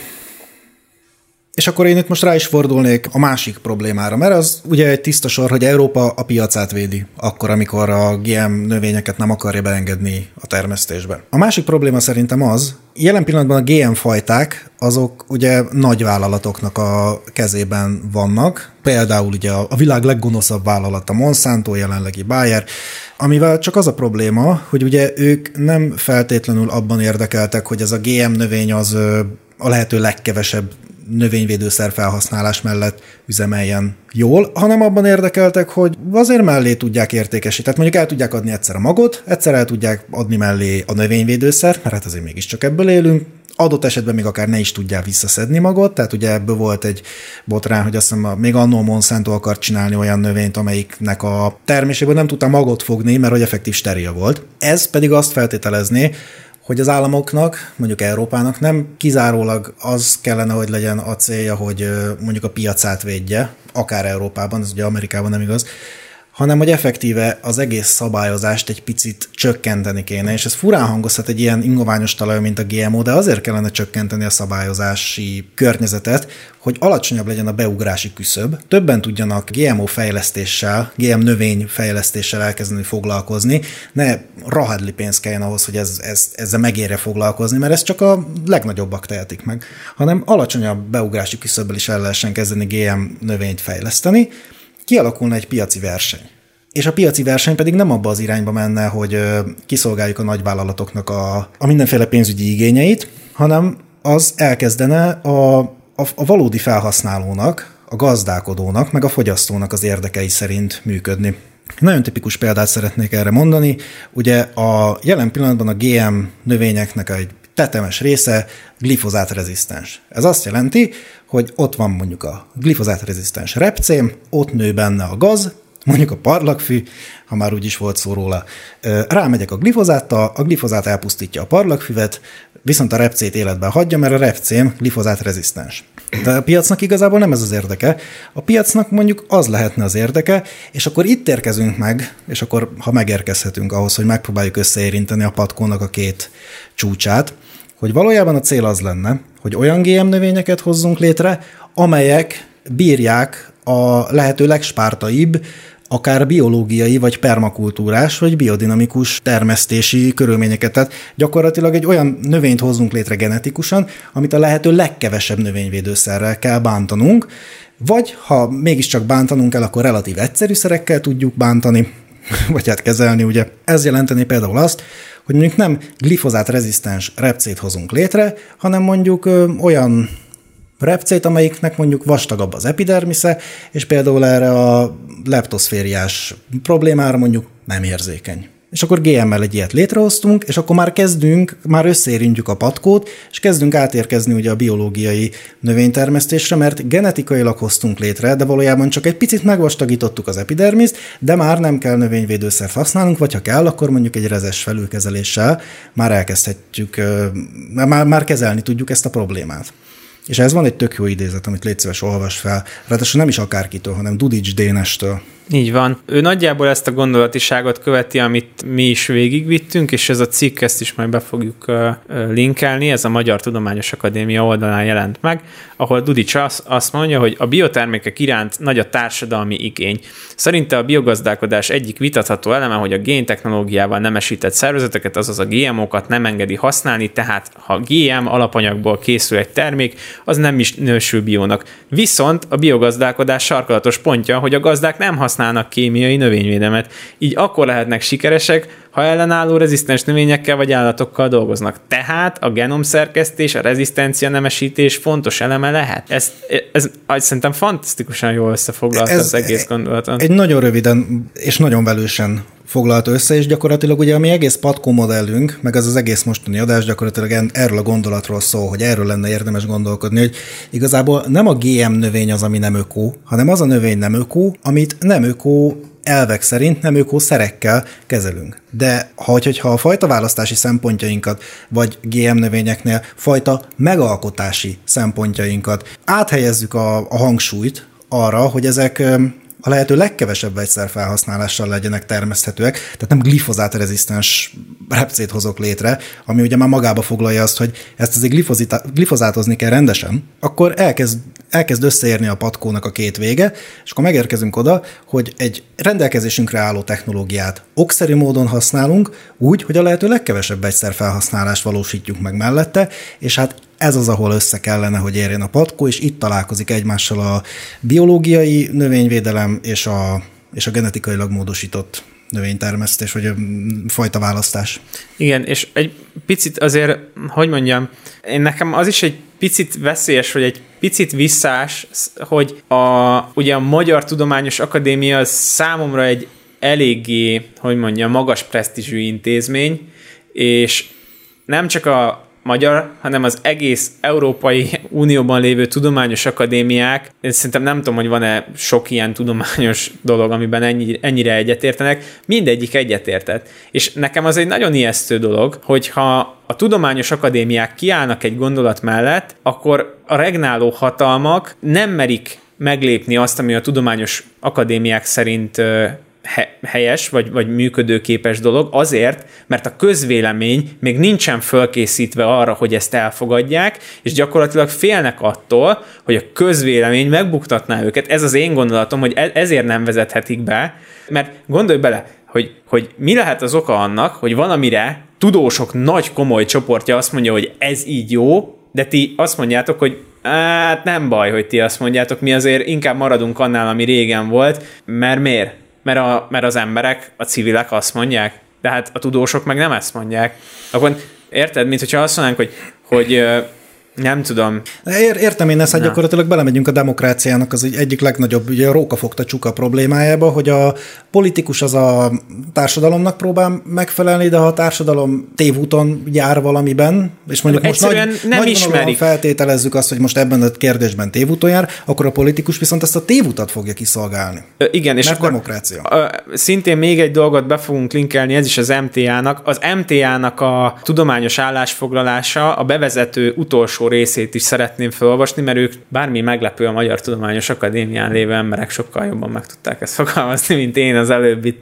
És akkor én itt most rá is fordulnék a másik problémára, mert az ugye egy tiszta sor, hogy Európa a piacát védi, akkor, amikor a GM növényeket nem akarja beengedni a termesztésbe. A másik probléma szerintem az, jelen pillanatban a GM fajták, azok ugye nagy vállalatoknak a kezében vannak, például ugye a világ leggonoszabb vállalata Monsanto, jelenlegi Bayer, amivel csak az a probléma, hogy ugye ők nem feltétlenül abban érdekeltek, hogy ez a GM növény az a lehető legkevesebb növényvédőszer felhasználás mellett üzemeljen jól, hanem abban érdekeltek, hogy azért mellé tudják értékesíteni. Tehát mondjuk el tudják adni egyszer a magot, egyszer el tudják adni mellé a növényvédőszert, mert hát azért mégiscsak ebből élünk, adott esetben még akár ne is tudják visszaszedni magot, tehát ugye ebből volt egy botrány, hogy azt hiszem, még annó Monsanto akart csinálni olyan növényt, amelyiknek a terméséből nem tudta magot fogni, mert hogy effektív steril volt. Ez pedig azt feltételezné, hogy az államoknak, mondjuk Európának nem kizárólag az kellene, hogy legyen a célja, hogy mondjuk a piacát védje, akár Európában, ez ugye Amerikában nem igaz, hanem hogy effektíve az egész szabályozást egy picit csökkenteni kéne, és ez furán hangozhat egy ilyen ingoványos talaj, mint a GMO, de azért kellene csökkenteni a szabályozási környezetet, hogy alacsonyabb legyen a beugrási küszöb, többen tudjanak GMO fejlesztéssel, GM növény fejlesztéssel elkezdeni foglalkozni, ne rahadli pénz kelljen ahhoz, hogy ezzel megérje foglalkozni, mert ezt csak a legnagyobbak tehetik meg, hanem alacsonyabb beugrási küszöbbel is el lehessen kezdeni GM növényt fejleszteni, kialakulna egy piaci verseny. És a piaci verseny pedig nem abba az irányba menne, hogy kiszolgáljuk a nagyvállalatoknak a mindenféle pénzügyi igényeit, hanem az elkezdene a valódi felhasználónak, a gazdálkodónak, meg a fogyasztónak az érdekei szerint működni. Nagyon tipikus példát szeretnék erre mondani. Ugye a jelen pillanatban a GM növényeknek egy tetemes része glifozátrezisztens. Ez azt jelenti, hogy ott van mondjuk a glifozátrezisztens repcém, ott nő benne a gaz, mondjuk a parlagfű, ha már úgy is volt szó róla. Rámegyek a glifozáttal, a glifozát elpusztítja a parlagfüvet, viszont a repcét életben hagyja, mert a repcém glifozátrezisztens. De a piacnak igazából nem ez az érdeke. A piacnak mondjuk az lehetne az érdeke, és akkor itt érkezünk meg, és akkor ha megérkezhetünk ahhoz, hogy megpróbáljuk összeérinteni a patkónak a két csúcsát, hogy valójában a cél az lenne, hogy olyan GM növényeket hozzunk létre, amelyek bírják a lehető legspártaibb, akár biológiai, vagy permakultúrás, vagy biodinamikus termesztési körülményeket. Tehát gyakorlatilag egy olyan növényt hozzunk létre genetikusan, amit a lehető legkevesebb növényvédőszerrel kell bántanunk, vagy ha mégiscsak bántanunk kell, akkor relatív egyszerű szerekkel tudjuk bántani, vagy hát kezelni, ugye. Ez jelenteni például azt, hogy mondjuk nem glifozát-rezisztens repcét hozunk létre, hanem mondjuk olyan repcét, amelyiknek mondjuk vastagabb az epidermisze, és például erre a leptoszfériás problémára mondjuk nem érzékeny. És akkor GM-mel egy ilyet létrehoztunk, és akkor már összeérintjük a patkót, és kezdünk átérkezni ugye a biológiai növénytermesztésre, mert genetikailag hoztunk létre, de valójában csak egy picit megvastagítottuk az epidermiszt, de már nem kell növényvédőszert használnunk, vagy ha kell, akkor mondjuk egy rezes felülkezeléssel már elkezdhetjük, már kezelni tudjuk ezt a problémát. És ez van egy tök jó idézet, amit légy szíves, olvas fel. Ráadásul nem is akárkitől, hanem Dudics Dénestől. Így van. Ő nagyjából ezt a gondolatiságot követi, amit mi is végigvittünk, és ez a cikk, ezt is majd be fogjuk linkelni, ez a Magyar Tudományos Akadémia oldalán jelent meg, ahol Dudics azt mondja, hogy a biotermékek iránt nagy a társadalmi igény. Szerinte a biogazdálkodás egyik vitatható eleme, hogy a géntechnológiával nemesített szervezeteket, azaz a GMO-kat nem engedi használni, tehát ha GM alapanyagból készül egy termék, az nem is minősül biónak. Viszont a biogazdálkodás sarkalatos pontja, hogy a gazdák nem használnak kémiai növényvédelmet, így akkor lehetnek sikeresek, ha ellenálló rezisztens növényekkel vagy állatokkal dolgoznak. Tehát a genomszerkesztés, a rezisztencia nemesítés fontos eleme lehet. Ez szerintem fantasztikusan jól összefoglalta az egész gondolaton. Egy nagyon röviden és nagyon velősen foglalta össze, és gyakorlatilag ugye a mi egész patkó modellünk, meg az egész mostani adás gyakorlatilag erről a gondolatról szól, hogy erről lenne érdemes gondolkodni, hogy igazából nem a GM növény az, ami nem ökó, hanem az a növény nem ökó, amit nem ökó elvek szerint nem ökoszerekkel kezelünk. De hogyha a fajta választási szempontjainkat, vagy GM növényeknél fajta megalkotási szempontjainkat áthelyezzük a hangsúlyt arra, hogy ezek a lehető legkevesebb vegyszerfelhasználással legyenek termeszthetőek, tehát nem glifozát-rezisztens repcét hozok létre, ami ugye már magába foglalja azt, hogy ezt azért glifozátozni kell rendesen, akkor elkezd összeérni a patkónak a két vége, és akkor megérkezünk oda, hogy egy rendelkezésünkre álló technológiát okszerű módon használunk, úgy, hogy a lehető legkevesebb vegyszerfelhasználást valósítjuk meg mellette, és hát ez az, ahol össze kellene, hogy érjen a patkó, és itt találkozik egymással a biológiai növényvédelem és a genetikailag módosított növénytermesztés, vagy a fajta választás. Igen, és egy picit azért, hogy mondjam, nekem az is egy picit veszélyes, vagy egy picit visszás, hogy ugye a Magyar Tudományos Akadémia számomra egy eléggé, hogy mondjam, magas presztízsű intézmény, és nem csak a magyar, hanem az egész Európai Unióban lévő tudományos akadémiák, én szerintem nem tudom, hogy van-e sok ilyen tudományos dolog, amiben ennyire egyetértenek, mindegyik egyetértett. És nekem az egy nagyon ijesztő dolog, hogyha a tudományos akadémiák kiállnak egy gondolat mellett, akkor a regnáló hatalmak nem merik meglépni azt, ami a tudományos akadémiák szerint helyes, vagy működőképes dolog, azért, mert a közvélemény még nincsen fölkészítve arra, hogy ezt elfogadják, és gyakorlatilag félnek attól, hogy a közvélemény megbuktatná őket. Ez az én gondolatom, hogy ezért nem vezethetik be, mert gondolj bele, hogy mi lehet az oka annak, hogy valamire tudósok nagy komoly csoportja azt mondja, hogy ez így jó, de ti azt mondjátok, hogy hát nem baj, hogy ti azt mondjátok, mi azért inkább maradunk annál, ami régen volt, mert miért? Mert az emberek, a civilek azt mondják, de hát a tudósok meg nem ezt mondják. Akkor érted, mint hogyha azt mondanánk, hogy nem tudom. Értem én ezt, hát gyakorlatilag belemegyünk a demokráciának az egyik legnagyobb, ugye a rókafogta csuka problémájába, hogy a politikus az a társadalomnak próbál megfelelni, de ha a társadalom tévúton jár valamiben, és mondjuk most nem ismerik. Feltételezzük azt, hogy most ebben a kérdésben tévúton jár, akkor a politikus viszont ezt a tévútat fogja kiszolgálni. Igen, és akkor demokrácia. Szintén még egy dolgot be fogunk linkelni, ez is az MTA-nak. Az MTA-nak a tudományos állásfoglalása, a bevezető utolsó részét is szeretném felolvasni, mert ők bármi meglepő, a Magyar Tudományos Akadémián lévő emberek sokkal jobban meg tudták ezt fogalmazni, mint én az előbbi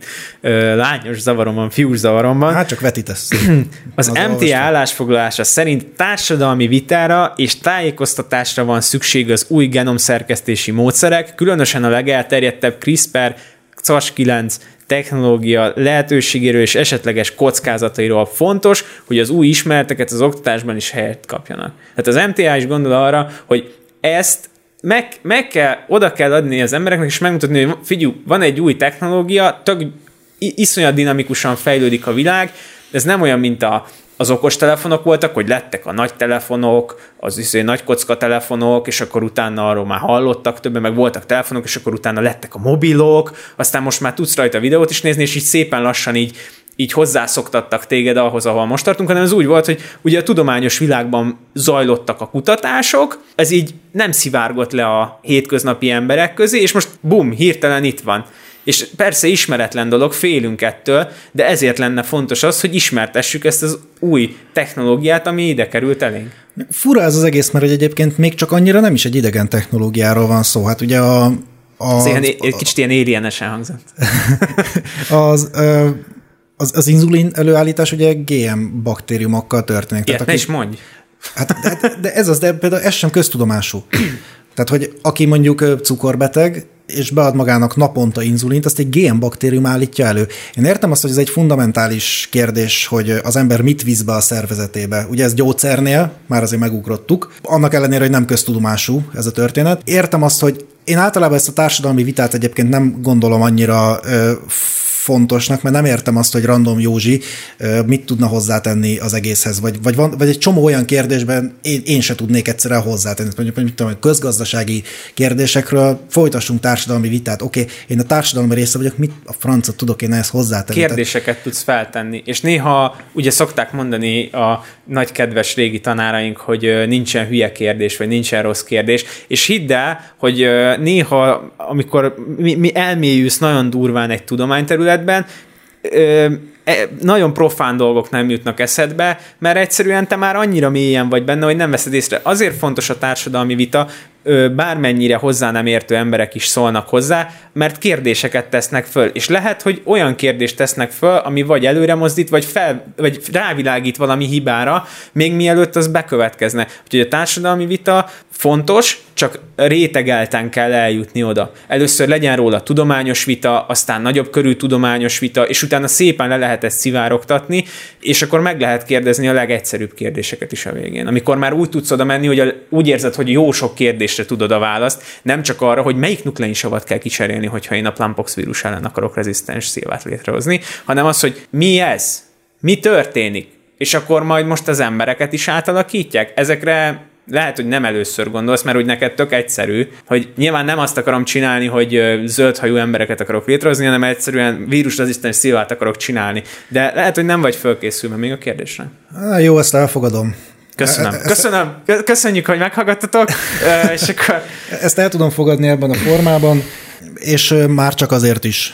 lányos zavaromban, fiús zavaromban. Hát csak vetítesz. Az MTA állásfoglalása szerint társadalmi vitára és tájékoztatásra van szükség az új genomszerkesztési módszerek, különösen a legelterjedtebb CRISPR-Cas9 technológia lehetőségéről és esetleges kockázatairól fontos, hogy az új ismereteket az oktatásban is helyet kapjanak. Tehát az MTA is gondol arra, hogy ezt oda kell adni az embereknek, és megmutatni, hogy figyelj, van egy új technológia, iszonyat dinamikusan fejlődik a világ, Ez nem olyan, mint az okostelefonok voltak, hogy lettek a nagy telefonok, az nagy kocka telefonok, és akkor utána arról már hallottak többen, meg voltak telefonok, és akkor utána lettek a mobilok, aztán most már tudsz rajta videót is nézni, és így szépen lassan így hozzászoktattak téged ahhoz, ahol most tartunk, hanem ez úgy volt, hogy ugye a tudományos világban zajlottak a kutatások, ez így nem szivárgott le a hétköznapi emberek közé, és most bum, hirtelen itt van. És persze ismeretlen dolog, félünk ettől, de ezért lenne fontos az, hogy ismertessük ezt az új technológiát, ami ide került elénk. Fura ez az egész, mert egyébként még csak annyira nem is egy idegen technológiáról van szó. Hát ugye kicsit ilyen alienesen hangzott. Az inzulin előállítás ugye GM baktériumokkal történik. Ilyet ne is mondj. De ez az, de például ez sem köztudomású. Tehát, hogy aki mondjuk cukorbeteg, és bead magának naponta inzulint, azt egy GM baktérium állítja elő. Én értem azt, hogy ez egy fundamentális kérdés, hogy az ember mit visz be a szervezetébe. Ugye ez gyógyszernél, már azért megugrottuk, annak ellenére, hogy nem köztudomású ez a történet. Értem azt, hogy én általában ezt a társadalmi vitát egyébként nem gondolom annyira fontosnak, mert nem értem azt, hogy random Józsi mit tudna hozzátenni az egészhez, vagy egy csomó olyan kérdésben én se tudnék egyszerűen hozzátenni. Mondjuk közgazdasági kérdésekről folytassunk társadalmi vitát. Oké, én a társadalmi része vagyok, mit a francot tudok én ezt hozzátenni? Kérdéseket tudsz feltenni, és néha ugye szokták mondani a nagy kedves régi tanáraink, hogy nincsen hülye kérdés, vagy nincsen rossz kérdés, és hidd el, hogy néha, amikor mi elmélyülsz nagyon durván egy tudományterületben, nagyon profán dolgok nem jutnak eszedbe, mert egyszerűen te már annyira mélyen vagy benne, hogy nem veszed észre. Azért fontos a társadalmi vita, bármennyire hozzá nem értő emberek is szólnak hozzá, mert kérdéseket tesznek föl. És lehet, hogy olyan kérdést tesznek föl, ami vagy előre mozdít, vagy rávilágít valami hibára, még mielőtt az bekövetkezne. Úgyhogy a társadalmi vita fontos, csak rétegelten kell eljutni oda. Először legyen róla tudományos vita, aztán nagyobb körű tudományos vita, és utána szépen le lehet ezt szivárogtatni, és akkor meg lehet kérdezni a legegyszerűbb kérdéseket is a végén. Amikor már úgy tudsz oda menni, hogy úgy érzed, hogy jó sok kérdésre tudod a választ, nem csak arra, hogy melyik nukleinsavat kell kicserélni, hogyha én a Mpox vírus ellen akarok rezisztens szilvát létrehozni, hanem az, hogy mi ez? Mi történik? És akkor majd most az embereket is átalakítják? Ezekre lehet, hogy nem először gondolsz, mert úgy neked tök egyszerű, hogy nyilván nem azt akarom csinálni, hogy zöldhajú embereket akarok létrehozni, hanem egyszerűen vírusrezisztens szilvát akarok csinálni. De lehet, hogy nem vagy fölkészülve még a kérdésre. Jó, ezt elfogadom. Köszönjük, hogy meghallgattatok. És akkor... Ezt el tudom fogadni ebben a formában, és már csak azért is,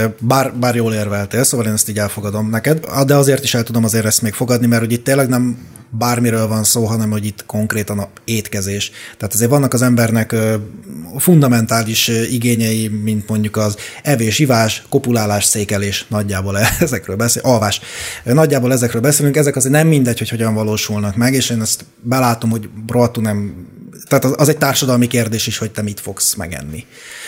bár jól érveltél, szóval én ezt így elfogadom neked, de azért is el tudom azért ezt még fogadni, mert hogy itt tényleg nem bármiről van szó, hanem hogy itt konkrétan a étkezés. Tehát azért vannak az embernek fundamentális igényei, mint mondjuk az evés, ivás, kopulálás, székelés, nagyjából ezekről beszélünk, alvás. Nagyjából ezekről beszélünk, ezek azért nem mindegy, hogy hogyan valósulnak meg, és én ezt belátom, hogy rohadtul nem, tehát az egy társadalmi kérdés is, hogy te mit fogsz megenni.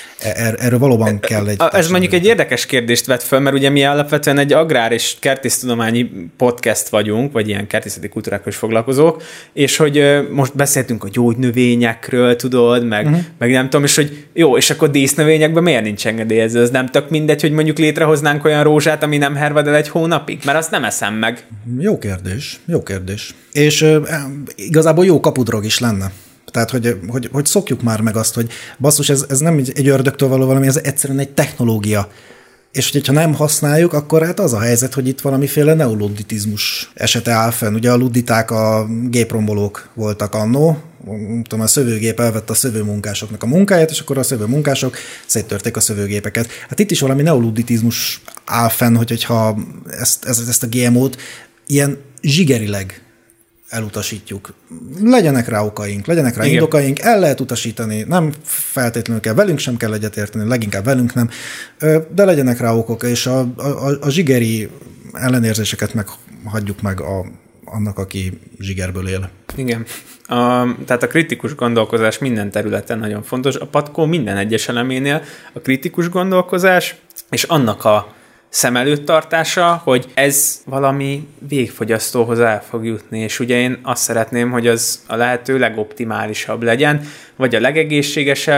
Erről valóban kell egy... Ez mondjuk egy érdekes kérdést vet föl, mert ugye mi alapvetően egy agrár- és kertésztudományi podcast vagyunk, vagy ilyen kertészeti kultúrákkal is foglalkozók, és hogy most beszéltünk a gyógynövényekről, tudod, meg nem tudom, és hogy jó, és akkor dísznövényekben miért nincs engedélyező? Ez nem tök mindegy, hogy mondjuk létrehoznánk olyan rózsát, ami nem hervad el egy hónapig? Mert azt nem eszem meg. Jó kérdés. És igazából jó kapudrog is lenne. Tehát, hogy szokjuk már meg azt, hogy basszus, ez nem egy ördögtől való valami, ez egyszerűen egy technológia. És hogyha nem használjuk, akkor hát az a helyzet, hogy itt valamiféle neoludditizmus esete áll fenn. Ugye a ludditák a géprombolók voltak annó, tudom, a szövőgép elvette a szövőmunkásoknak a munkáját, és akkor a szövőmunkások széttörték a szövőgépeket. Hát itt is valami neoludditizmus áll fenn, hogyha ezt a GMO-t ilyen zsigerileg elutasítjuk. Legyenek rá okaink, legyenek rá indokaink, el lehet utasítani, nem feltétlenül kell, velünk sem kell egyetérteni, leginkább velünk nem, de legyenek rá okok, és a zsigeri ellenérzéseket hagyjuk meg annak, aki zsigerből él. Igen. Tehát a kritikus gondolkozás minden területen nagyon fontos. A patkó minden egyes eleménél a kritikus gondolkozás, és annak a szem előtt tartása, hogy ez valami végfogyasztóhoz el fog jutni, és ugye én azt szeretném, hogy az a lehető legoptimálisabb legyen, vagy a legegészségesebb,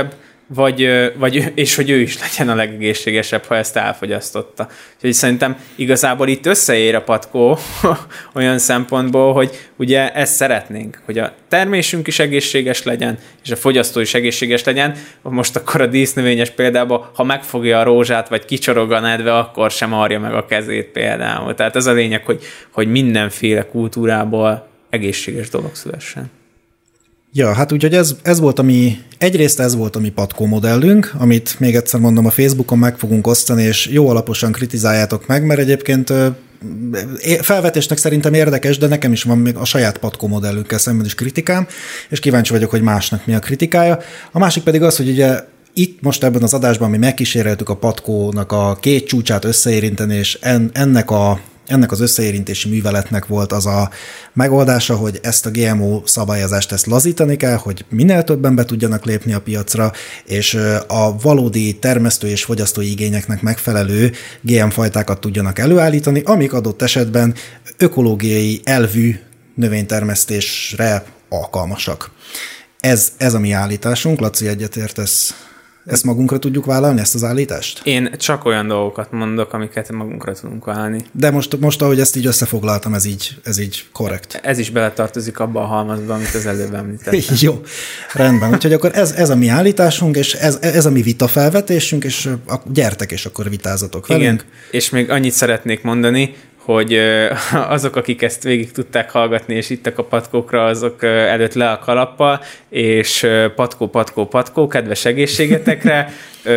és hogy ő is legyen a legegészségesebb, ha ezt elfogyasztotta. Úgyhogy szerintem igazából itt összeér a patkó olyan szempontból, hogy ugye ezt szeretnénk, hogy a termésünk is egészséges legyen, és a fogyasztó is egészséges legyen. Most akkor a dísznövényes példában, ha megfogja a rózsát, vagy kicsorog a nedve, akkor sem marja meg a kezét például. Tehát ez a lényeg, hogy mindenféle kultúrából egészséges dolog szülessen. Ja, hát úgyhogy ez volt egyrészt ez volt a mi patkó modellünk, amit még egyszer mondom, a Facebookon meg fogunk osztani, és jó alaposan kritizáljátok meg, mert egyébként felvetésnek szerintem érdekes, de nekem is van még a saját patkó modellünkkel szemben is kritikám, és kíváncsi vagyok, hogy másnak mi a kritikája. A másik pedig az, hogy ugye itt most ebben az adásban mi megkíséreltük a patkónak a két csúcsát összeérinteni, és ennek az összeérintési műveletnek volt az a megoldása, hogy ezt a GMO szabályozást ezt lazítani kell, hogy minél többen be tudjanak lépni a piacra, és a valódi termesztő és fogyasztói igényeknek megfelelő GM fajtákat tudjanak előállítani, amik adott esetben ökológiai elvű növénytermesztésre alkalmasak. Ez a mi állításunk. Laci, egyetértesz? Ezt magunkra tudjuk vállalni, ezt az állítást? Én csak olyan dolgokat mondok, amiket magunkra tudunk vállalni. De most ahogy ezt így összefoglaltam, ez így korrekt. Ez is beletartozik abba a halmazba, amit az előbb említettem. Jó, rendben. Úgyhogy akkor ez a mi állításunk, és ez a mi vitafelvetésünk, és gyertek, és akkor vitázatok velünk. Igen, és még annyit szeretnék mondani, hogy azok, akik ezt végig tudták hallgatni, és ittak a patkókra, azok előtt le a kalappal, és patkó, kedves egészségetekre,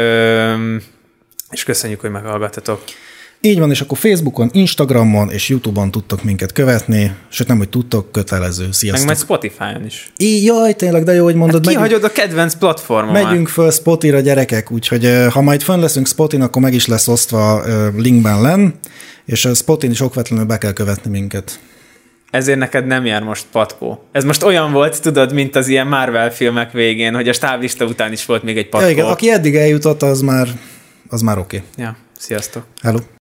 és köszönjük, hogy meghallgattatok. Így van, és akkor Facebookon, Instagramon és YouTube-on tudtok minket követni, sőt nem, hogy tudtok, kötelező. Sziasztok! Meg majd Spotify-on is. Jaj, tényleg, de jó, hogy mondod. Hát kihagyod a kedvenc platformon. Megyünk föl Spotify-ra, gyerekek, úgyhogy ha majd fönn leszünk Spotify-n, akkor meg is lesz osztva linkben lenn, és a Spotify-n is okvetlenül be kell követni minket. Ezért neked nem jár most patkó. Ez most olyan volt, tudod, mint az ilyen Marvel filmek végén, hogy a stáblista után is volt még egy patkó. Ja, igen, aki eddig eljutott, az már oké. Ja, sziasztok. Hello.